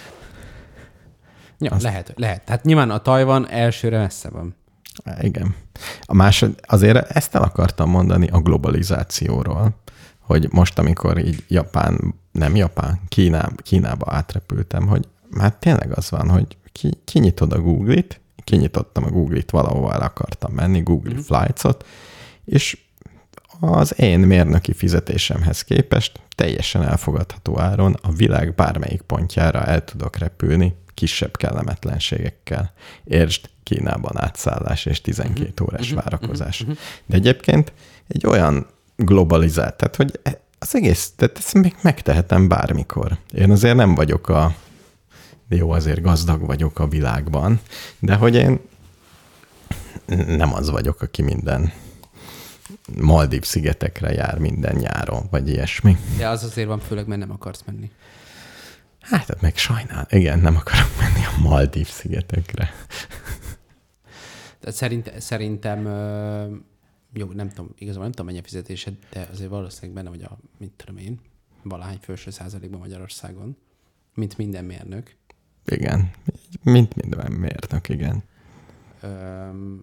Ja, Azt... lehet, lehet. Tehát nyilván a Tajvan elsőre messze van. Igen. A másod, azért ezt el akartam mondani a globalizációról, hogy most, amikor így Japán, nem Japán, Kíná, Kínába átrepültem, hogy már tényleg az van, hogy ki, kinyitod a Google-it, kinyitottam a Google-it, valahova el akartam menni, Google mm. Flights-ot, és az én mérnöki fizetésemhez képest teljesen elfogadható áron a világ bármelyik pontjára el tudok repülni kisebb kellemetlenségekkel. Értsd, Kínában átszállás és tizenkét órás várakozás. De egyébként egy olyan globalizált, tehát hogy az egész, tehát ezt még megtehetem bármikor. Én azért nem vagyok a, jó, azért gazdag vagyok a világban, de hogy én nem az vagyok, aki minden Maldív szigetekre jár minden nyáron, vagy ilyesmi. De az azért van, főleg, mert nem akarsz menni. Hát, hát meg sajnál. Igen, nem akarok menni a Maldív szigetekre. Szerint, szerintem, jó, nem tudom, igazából nem tudom, mennyi a fizetésed, de azért valószínűleg benne vagy a, mit tudom én, valahány felső százalékban Magyarországon, mint minden mérnök. Igen, mint minden mérnök, igen. Öm,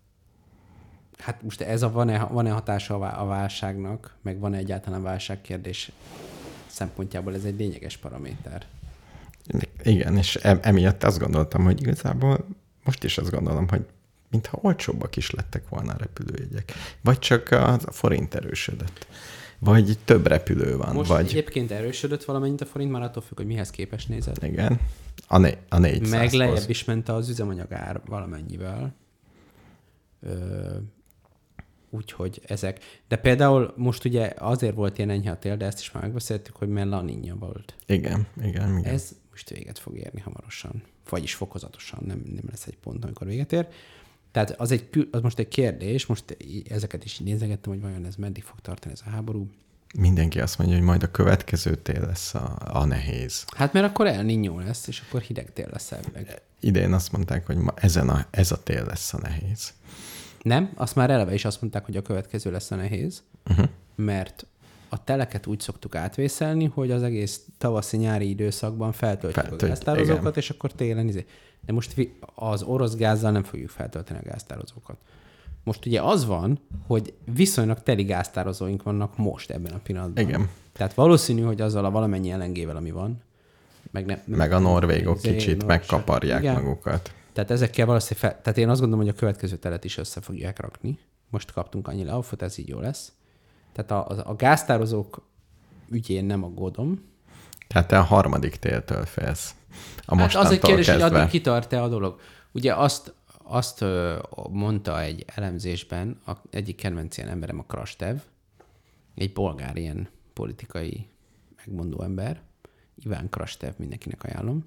hát most ez a van-e, van-e hatása a válságnak, meg van-e egyáltalán válságkérdés szempontjából, ez egy lényeges paraméter. Igen, és emiatt azt gondoltam, hogy igazából most is azt gondolom, hogy mintha olcsóbbak is lettek volna a repülőjegyek. Vagy csak a forint erősödött. Vagy több repülő van. Most vagy... egyébként erősödött valamennyit a forint, már attól függ, hogy mihez képest nézed. Igen. A, né- a négyszázhoz. Meg lejjebb is ment az üzemanyagár valamennyivel. Ö, úgyhogy ezek. De például most ugye azért volt ilyen enyhe a tél, de ezt is már megbeszéltük, hogy mert La Niña volt. Igen, igen, igen. Ez most véget fog érni hamarosan. Vagyis fokozatosan, nem, nem lesz egy pont, amikor véget ér. Tehát az, egy, az most egy kérdés, most ezeket is nézegettem, hogy vajon ez meddig fog tartani ez a háború. Mindenki azt mondja, hogy majd a következő tél lesz a, a nehéz. Hát mert akkor El Niño lesz, és akkor hideg tél lesz elvileg. Idén azt mondták, hogy ma ezen a, ez a tél lesz a nehéz. Nem, azt már eleve is azt mondták, hogy a következő lesz a nehéz, uh-huh. mert a teleket úgy szoktuk átvészelni, hogy az egész tavaszi-nyári időszakban feltöltjük Feltölt, a gáztározókat, igen. És akkor télen izé. De most az orosz gázzal nem fogjuk feltölteni a gáztározókat. Most ugye az van, hogy viszonylag teli gáztározóink vannak most ebben a pillanatban. Igen. Tehát valószínű, hogy azzal a valamennyi el en gé-vel, ami van, meg, ne, meg a norvégok izé, kicsit norvég, megkaparják igen. magukat. Tehát ezekkel valószínűleg, fel, tehát én azt gondolom, hogy a következő telet is össze fogják rakni. Most kaptunk annyi leaufot, ez így jó lesz. Tehát a, a, a gáztározók ügyén nem aggódom. Tehát te a harmadik téltől félsz. A hát az egy kérdés, kezdve. Hogy addig kitart-e a dolog. Ugye azt, azt ö, mondta egy elemzésben, a, egyik kedvenc ilyen emberem a Krastev, egy bolgár ilyen politikai megmondó ember, Iván Krastev, mindenkinek ajánlom,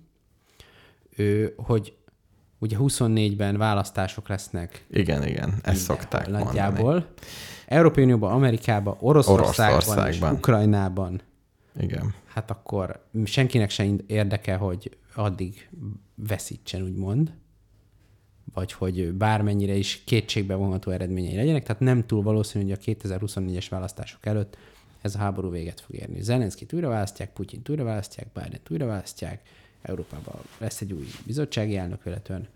ő, hogy ugye huszonnégyben választások lesznek. Igen, igen, ezt szokták mondani. Európai Unióban, Amerikában, Oroszországban, Oroszországban. És Ukrajnában. Igen. Hát akkor senkinek sem érdeke, hogy addig veszítsen, úgymond. Vagy hogy bármennyire is kétségbe vonható eredményei legyenek. Tehát nem túl valószínű, hogy a kétezer-huszonnégyes választások előtt ez a háború véget fog érni. Zelenszkit újra választják, Putyint újra választják, Bident újra választják, Európában lesz egy új bizottsági elnök véletlen.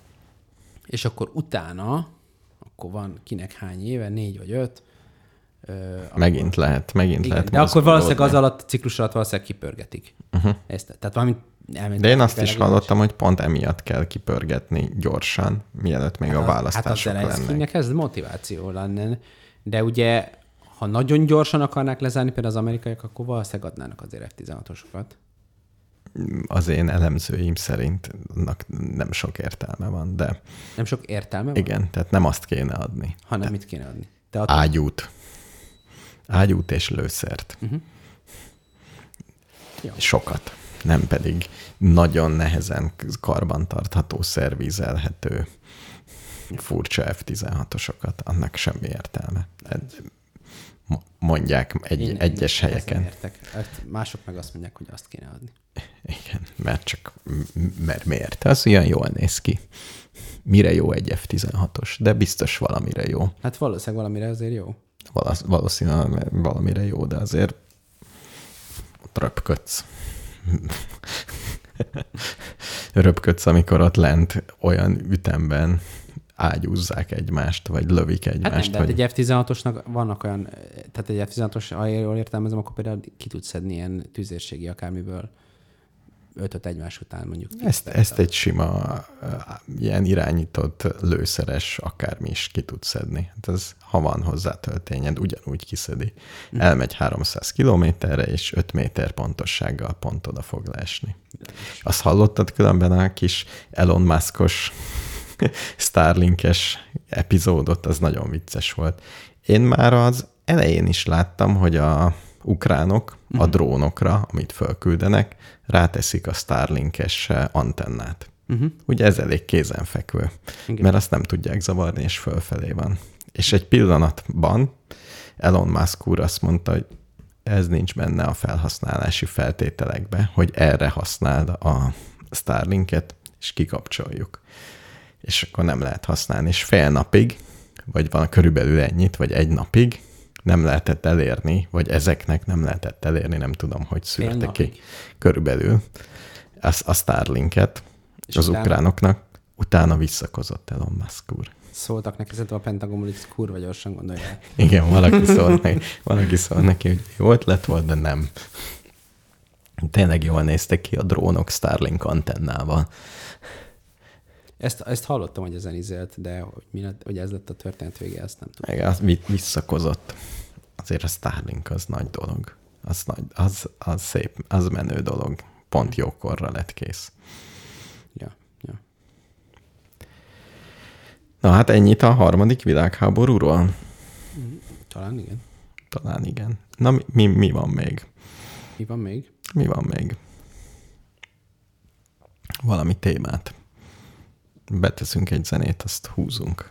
És akkor utána, akkor van kinek hány éve, négy vagy öt. Ö, megint akkor, lehet, megint igen, lehet. De akkor valószínűleg az alatt, a ciklus alatt valószínűleg kipörgetik. Uh-huh. Ezt, tehát valami de én azt is hallottam, hogy pont emiatt kell kipörgetni gyorsan, mielőtt még hát a választások hát lennek. Hát az ez motiváció lenne. De ugye, ha nagyon gyorsan akarnák lezárni például az amerikaiak, akkor valószínűleg adnának azért ef tizenhatosokat. Az én elemzőim szerint annak nem sok értelme van, de... Nem sok értelme van? Igen, tehát nem azt kéne adni. Hanem mit kéne adni? Te adni? Ágyút. Ágyút és lőszert. Uh-huh. Sokat. Nem pedig nagyon nehezen karbantartható, szervízelhető furcsa ef tizenhatosokat. Annak semmi értelme. Mondják egy, én, egyes én helyeken. Értek. Mások meg azt mondják, hogy azt kéne adni. Igen, mert csak mert miért? Az olyan jól néz ki. Mire jó egy ef tizenhatos? De biztos valamire jó. Hát valószínűleg valamire azért jó. Valasz, valószínűleg valamire jó, de azért ott röpködsz. röpködsz, amikor ott lent olyan ütemben ágyúzzák egymást, vagy lövik egymást. Hát nem, de vagy... egy ef tizenhatosnak vannak olyan, tehát egy ef tizenhatos, ha jól értelmezem, akkor például ki tudsz szedni ilyen tüzérségi akármiből ötöt egymás után mondjuk. Ezt, ezt egy sima ilyen irányított lőszeres akármi is ki tud szedni. Hát ez, ha van hozzá töltényed, ugyanúgy kiszedi. Mm. Elmegy háromszáz kilométerre, és öt méter pontossággal pont oda fog leesni. Azt hallottad különben a kis Elon Muskos Starlinkes epizódot, az nagyon vicces volt. Én már az elején is láttam, hogy a ukránok a drónokra, amit fölküldenek, ráteszik a Starlinkes antennát. Uh-huh. Ugye ez elég kézenfekvő, igen. Mert azt nem tudják zavarni, és fölfelé van. És egy pillanatban Elon Musk úr azt mondta, hogy ez nincs benne a felhasználási feltételekbe, hogy erre használd a Starlinket, és kikapcsoljuk. És akkor nem lehet használni. És fél napig, vagy van körülbelül ennyit, vagy egy napig nem lehetett elérni, vagy ezeknek nem lehetett elérni, nem tudom, hogy szűrte ki körülbelül a, a Starlinket és az utána? ukránoknak. Utána visszakozott Elon Musk úr. Szóltak neki, szerintem a Pentagonból is kurva gyorsan gondolják. Igen, valaki szólt neki, valaki szólt neki, hogy jó ötlet volt, de nem. Tényleg jól néztek ki a drónok Starlink antennával. Ezt, ezt hallottam, hogy ezen izélt, de hogy, mi lett, hogy ez lett a történet vége, ezt nem tudom. Meg az visszakozott. Azért a Starlink az nagy dolog. Az, nagy, az, az szép, az menő dolog. Pont jókorra lett kész. Ja, ja. Na hát ennyit a harmadik világháborúról? Talán igen. Talán igen. Na mi, mi, mi van még? Mi van még? Mi van még? Valami témát. Beteszünk egy zenét, azt húzunk.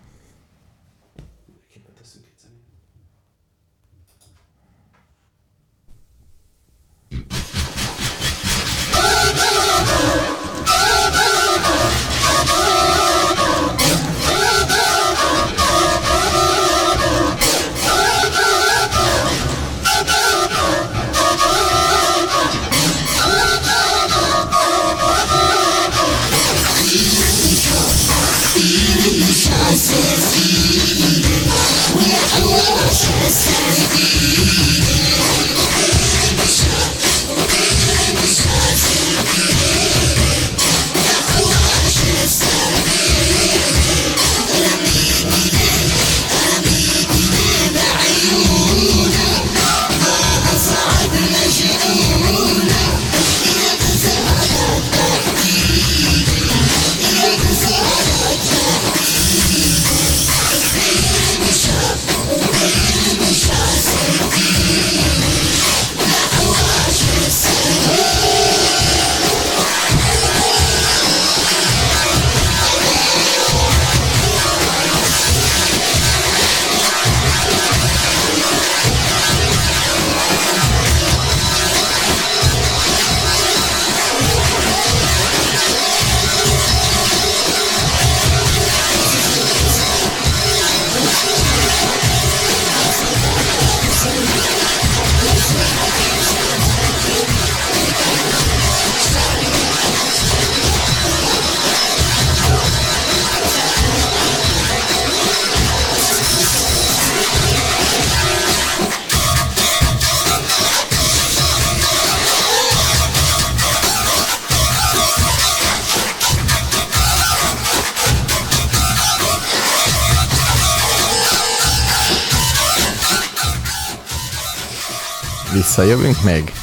Visszajövünk még?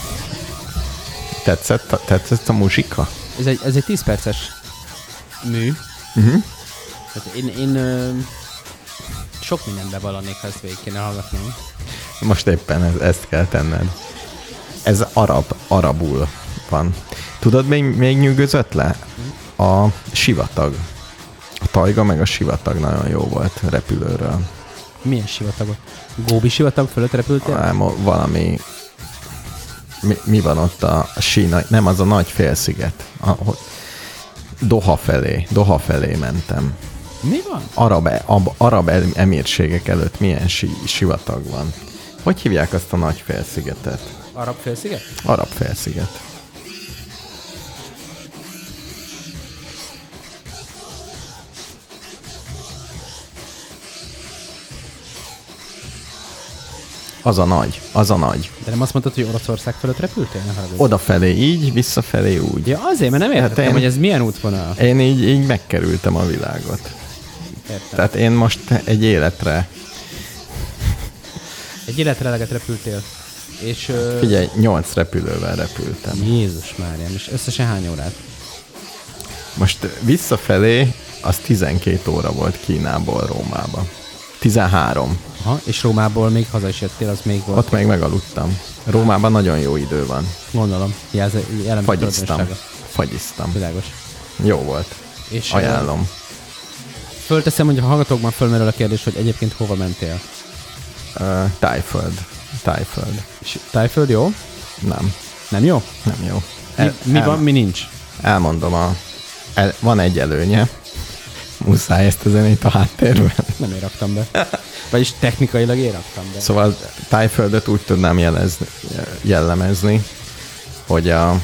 Tetszett, tetszett a muzsika? Ez egy, ez egy tíz perces mű. Uh-huh. Tehát én, én ö, sok mindent bevallanék, ha ezt végig kéne hallgatnom. Most éppen ez, ezt kell tenned. Ez arab, arabul van. Tudod, még, még nyűgözött le? A sivatag. A tajga meg a sivatag nagyon jó volt repülőről. Milyen sivatagot? Góbi sivatag fölött repültél? Nem, valami... Mi, mi van ott a Sína? Nem, az a nagy félsziget. A, Doha felé. Doha felé mentem. Mi van? Arab, ab, arab emírségek előtt milyen si, sivatag van. Hogy hívják azt a nagy félszigetet? Arab félsziget? Arab félsziget. Az a nagy, az a nagy. De nem azt mondtad, hogy Oroszország fölött repültél? Ne haragudj. Odafelé így, visszafelé úgy. Ja, azért, mert nem értettem, Hát én- hogy ez milyen útvonal. Én így, így megkerültem a világot. Értem. Tehát én most egy életre, Egy életre eleget repültél. És... Ö... figyelj, nyolc repülővel repültem. Jézus Máriám, és összesen hány órát? Most visszafelé az tizenkét óra volt Kínából Rómába. tizenhárom. Aha, és Rómából még haza is jöttél, az még volt. Ott még megaludtam. Rómában nagyon jó idő van. Gondolom. Jelze, jelen Fagyiztam. tulajdonsága. Fagyiztam. Világos. Jó volt. És Ajánlom. ö, Fölteszem, hogy a hallgatókban fölmerül a kérdés, hogy egyébként hova mentél. Uh, Tájföld. Tájföld. És Tájföld jó? Nem. Nem jó? Nem jó. Mi, El, mi el, van, mi nincs? Elmondom, a, el, van egy előnye. Muszáj ezt a zenét a háttérben. Nem én raktam be. Vagyis technikailag én raktam be. Szóval Tájföldet úgy tudnám jelezni, jellemezni, hogy a...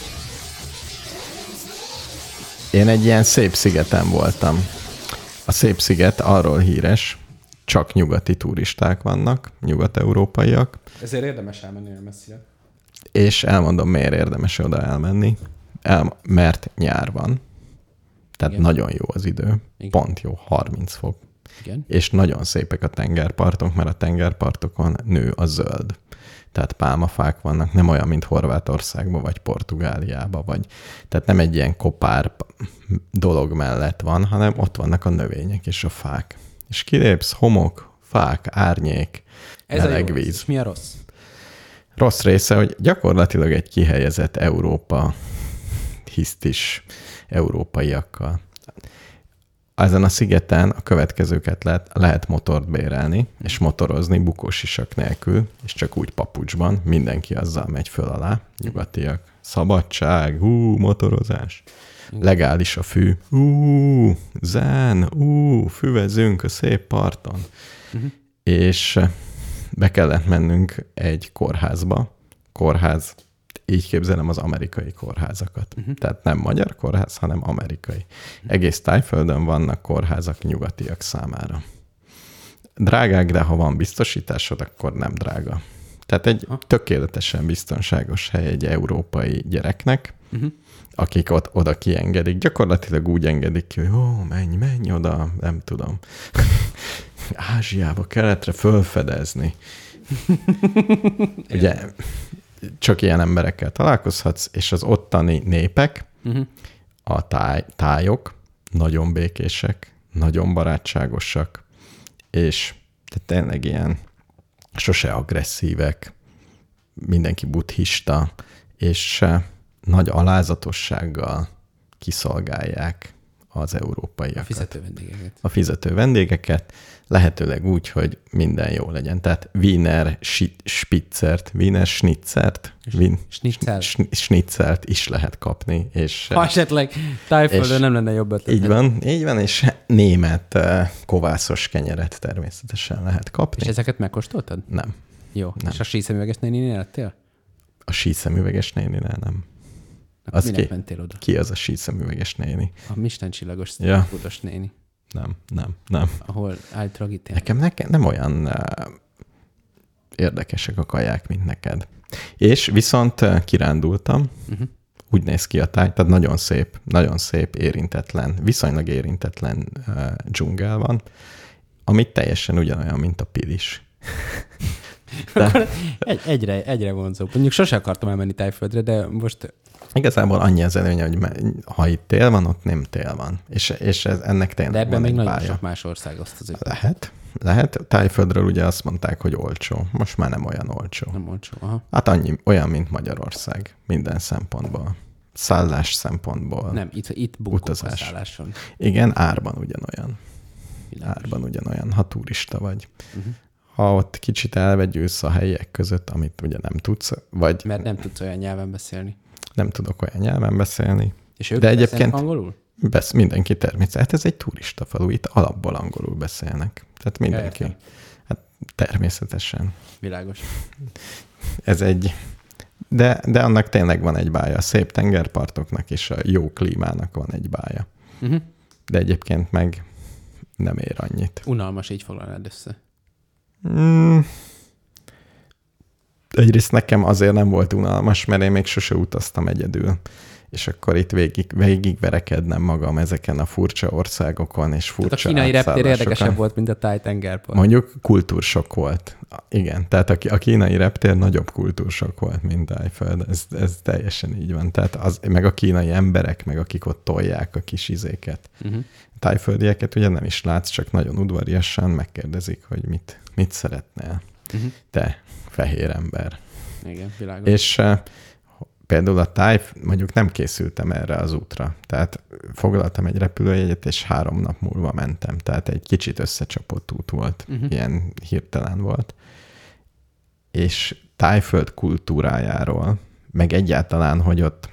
én egy ilyen szép szigeten voltam. A szép sziget arról híres, csak nyugati turisták vannak, nyugat-európaiak, Ezért érdemes elmenni olyan messzire. és elmondom, miért érdemes oda elmenni. El, mert nyár van, tehát Igen. nagyon jó az idő, Igen. pont jó, harminc fok. Igen. És nagyon szépek a tengerpartok, mert a tengerpartokon nő a zöld. Tehát pálmafák vannak, nem olyan, mint Horvátországban, vagy Portugáliában, vagy tehát nem egy ilyen kopár dolog mellett van, hanem ott vannak a növények és a fák. És kilépsz, homok, fák, árnyék, Ez a meleg jó rész. víz. És mi a rossz? Rossz része, hogy gyakorlatilag egy kihelyezett Európa hisztis európaiakkal. Ezen a szigeten a következőket lehet, lehet motort bérelni, és motorozni bukósisak nélkül, és csak úgy papucsban, mindenki azzal megy föl alá, nyugatiak. Szabadság, hú, motorozás. Legális a fű, hú, zen, hú, füvezünk a szép parton. Uh-huh. És be kellett mennünk egy kórházba. Kórház, így képzelem az amerikai kórházakat. Uh-huh. Tehát nem magyar kórház, hanem amerikai. Uh-huh. Egész Tájföldön vannak kórházak nyugatiak számára. Drágák, de ha van biztosításod, akkor nem drága. Tehát egy uh-huh. tökéletesen biztonságos hely egy európai gyereknek, uh-huh. akik ott, oda kiengedik. Gyakorlatilag úgy engedik ki, hogy ó, menj, menj oda, nem tudom. Ázsiába, keletre fölfedezni. Ugye csak ilyen emberekkel találkozhatsz, és az ottani népek, uh-huh. a táj, tájok nagyon békések, nagyon barátságosak, és tényleg ilyen sose agresszívek, mindenki buddhista, és nagy alázatossággal kiszolgálják az európaiakat. A fizető vendégeket. A fizető vendégeket, lehetőleg úgy, hogy minden jó legyen. Tehát Wiener Spitzert, Wiener Schnitzert, Wien, Schnitzel. Schnitzelt is lehet kapni. És, ha esetleg Tájföldön nem lenne jobb ötlet. Így van, így van, és német kovászos kenyeret természetesen lehet kapni. És ezeket megkóstoltad? Nem. Jó. Nem. És a síszemüveges néninél lettél? A síszemüveges néninél nem. Akkor Az minek ki? mentél oda? Ki az a síszemüveges néni? A Michelin-csillagos Ja. budos néni. Nem, nem, nem. Ahol állítólag itt él. Nekem, nekem nem olyan uh, érdekesek a kaják, mint neked. És viszont uh, kirándultam, uh-huh. úgy néz ki a táj, tehát nagyon szép, nagyon szép, érintetlen, viszonylag érintetlen uh, dzsungel van, ami teljesen ugyanolyan, mint a Pilis. De... Egy, egyre, egyre vonzó. Mondjuk sose akartam elmenni Tájföldre, de most... Igazából annyi az előnye, hogy ha itt tél van, ott nem tél van. És, és ez, ennek tényleg de ebben van még egy nagyon bája. sok más ország azt az ötlet. Lehet, lehet. Tájföldről ugye azt mondták, hogy olcsó. Most már nem olyan olcsó. Nem olcsó, aha. Hát annyi, olyan, mint Magyarország. Minden szempontból. Szállás szempontból. Nem, itt, itt bunkok a utazás. szálláson. Igen, árban ugyanolyan. Világos. Árban ugyanolyan, ha turista vagy. Uh-huh. Ha ott kicsit elvegyülsz a helyiek között, amit ugye nem tudsz, vagy Mert nem tudsz olyan nyelven beszélni. nem tudok olyan nyelven beszélni. És ők de beszélnek egyébként angolul? Besz, mindenki természetesen. Hát ez egy turista falu, itt alapból angolul beszélnek. Tehát mindenki. Értem. Hát természetesen. Világos. Ez egy... De, de annak tényleg van egy bája. A szép tengerpartoknak és a jó klímának van egy bája. Uh-huh. De egyébként meg nem ér annyit. Unalmas, így foglalnád össze. Mm, egyrészt nekem azért nem volt unalmas, mert én még sose utaztam egyedül. És akkor itt végig, végig verekednem magam ezeken a furcsa országokon és furcsa tehát a kínai reptér érdekesebb volt, mint a Thai tengerpart. Mondjuk kultúrsok volt. Igen, tehát a, a kínai reptér nagyobb kultúrsok volt, mint Tájföld. Ez, ez teljesen így van. Tehát az, meg a kínai emberek, meg akik ott tolják a kis izéket. Uh-huh. Tájföldieket ugye nem is látsz, csak nagyon udvariasan megkérdezik, hogy mit, mit szeretnél. Uh-huh. Te, fehér ember. Igen, világos. És uh, például a táj, mondjuk nem készültem erre az útra. Tehát foglaltam egy repülőjegyet, és három nap múlva mentem. Tehát egy kicsit összecsapott út volt. Uh-huh. Ilyen hirtelen volt. És Tájföld kultúrájáról, meg egyáltalán, hogy ott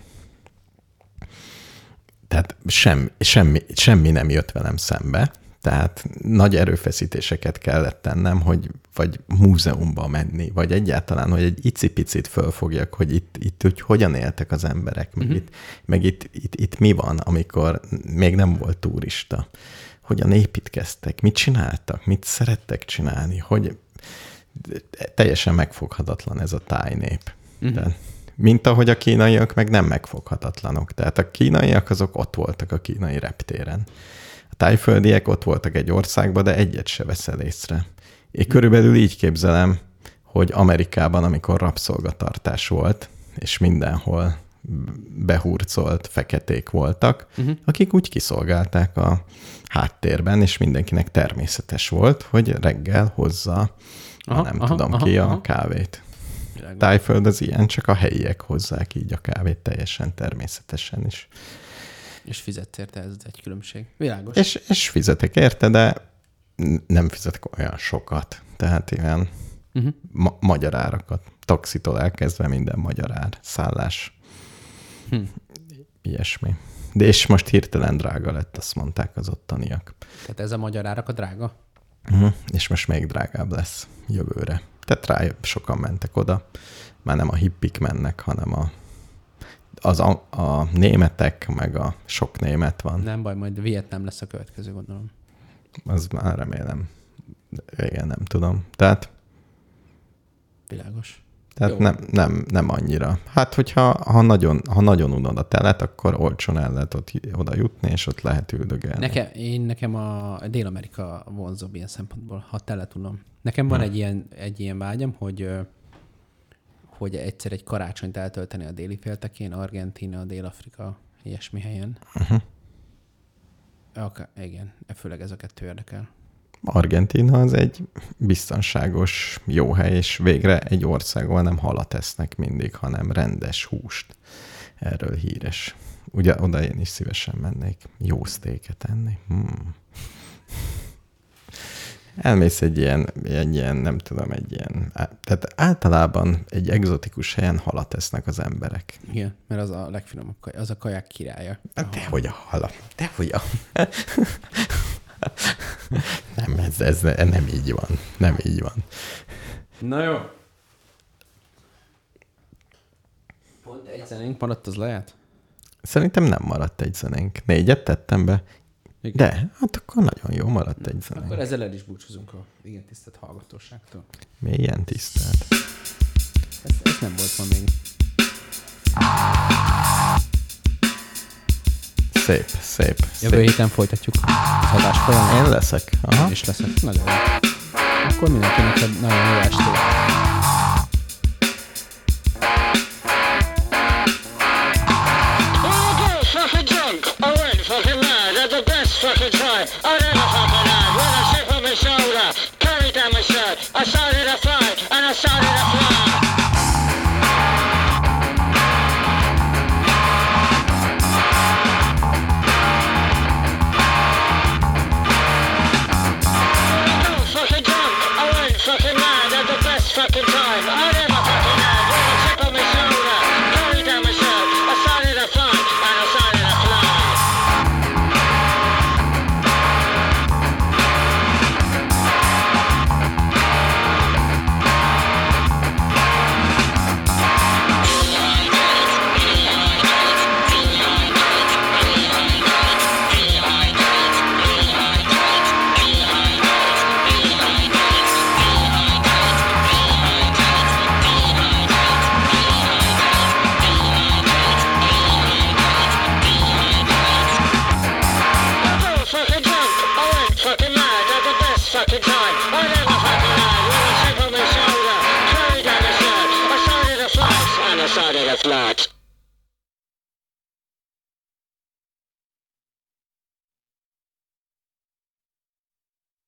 tehát semmi, semmi, semmi nem jött velem szembe. Tehát nagy erőfeszítéseket kellett tennem, hogy vagy múzeumba menni, vagy egyáltalán, hogy egy icipicit fölfogjak, hogy itt, itt hogy hogyan éltek az emberek, meg, uh-huh. itt, meg itt, itt, itt mi van, amikor még nem volt turista. Hogyan építkeztek, mit csináltak, mit szerettek csinálni, hogy teljesen megfoghatatlan ez a táj nép. Uh-huh. Tehát, mint ahogy a kínaiak meg nem megfoghatatlanok. Tehát a kínaiak azok ott voltak a kínai reptéren. A tájföldiek ott voltak egy országban, de egyet se veszel észre. Én körülbelül így képzelem, hogy Amerikában, amikor rabszolgatartás volt, és mindenhol behurcolt feketék voltak, uh-huh. akik úgy kiszolgálták a háttérben, és mindenkinek természetes volt, hogy reggel hozza, aha, nem aha, tudom aha, ki, aha. a kávét. Tájföld az ilyen, csak a helyiek hozzák így a kávét teljesen természetesen is. És fizetsz érte, ez egy különbség. Világos. És, és fizetek érte, de nem fizetek olyan sokat. Tehát ilyen uh-huh. ma- magyar árakat. Taxitól elkezdve minden magyar ár. Szállás. Hm. Ilyesmi. De és most hirtelen drága lett, azt mondták az ottaniak. Tehát ez a magyar árak a drága? Uh-huh. És most még drágább lesz jövőre. Tehát rá sokan mentek oda. Már nem a hippik mennek, hanem a az a, a németek, meg a sok német van. Nem baj, majd Vietnám lesz a következő, gondolom. Az már remélem. Igen, nem tudom. Tehát világos. Tehát nem, nem, nem annyira. Hát, hogyha ha nagyon, ha nagyon unod a telet, akkor olcsón el lehet ott, oda jutni, és ott lehet üldögélni. Nekem, én, nekem a Dél-Amerika vonzóbb ilyen szempontból, ha telet unom. Nekem van hmm. egy, ilyen, egy ilyen vágyam, hogy hogy egyszer egy karácsonyt eltölteni a déli féltekén, Argentína, Dél-Afrika, ilyesmi helyen. Uh-huh. Okay, igen, főleg ez a kettő érdekel. Argentína az egy biztonságos, jó hely, és végre egy ország, ahol nem halat esznek mindig, hanem rendes húst. Erről híres. Ugye oda én is szívesen mennék jó sztéket enni. Hmm. Elmész egy ilyen, egy ilyen, nem tudom, egy ilyen, tehát általában egy egzotikus helyen halat esznek az emberek. Igen, mert az a legfinomabb kaj, az a kaják királya. Dehogy a hala, dehogy a... nem, ez, ez nem így van, nem így van. Na jó. Pont egy zenénk maradt, az lehet? Szerintem nem maradt egy zenénk. Négyet tettem be. Igen. De, hát akkor nagyon jó maradt egy zenénk. Akkor ezzel el is búcsúzunk a igen tisztelt hallgatóságtól. Milyen tisztelt? Ez, ez nem volt ma még. Szép, szép. Jövő szép. héten folytatjuk az adás folyamán. Én leszek. Aha. Én is leszek. Nagyon jó. Akkor mindenkinek nagyon jó estét. Fucking try. I never fucking had. When I shit from my shoulder, carried down my shirt. I started a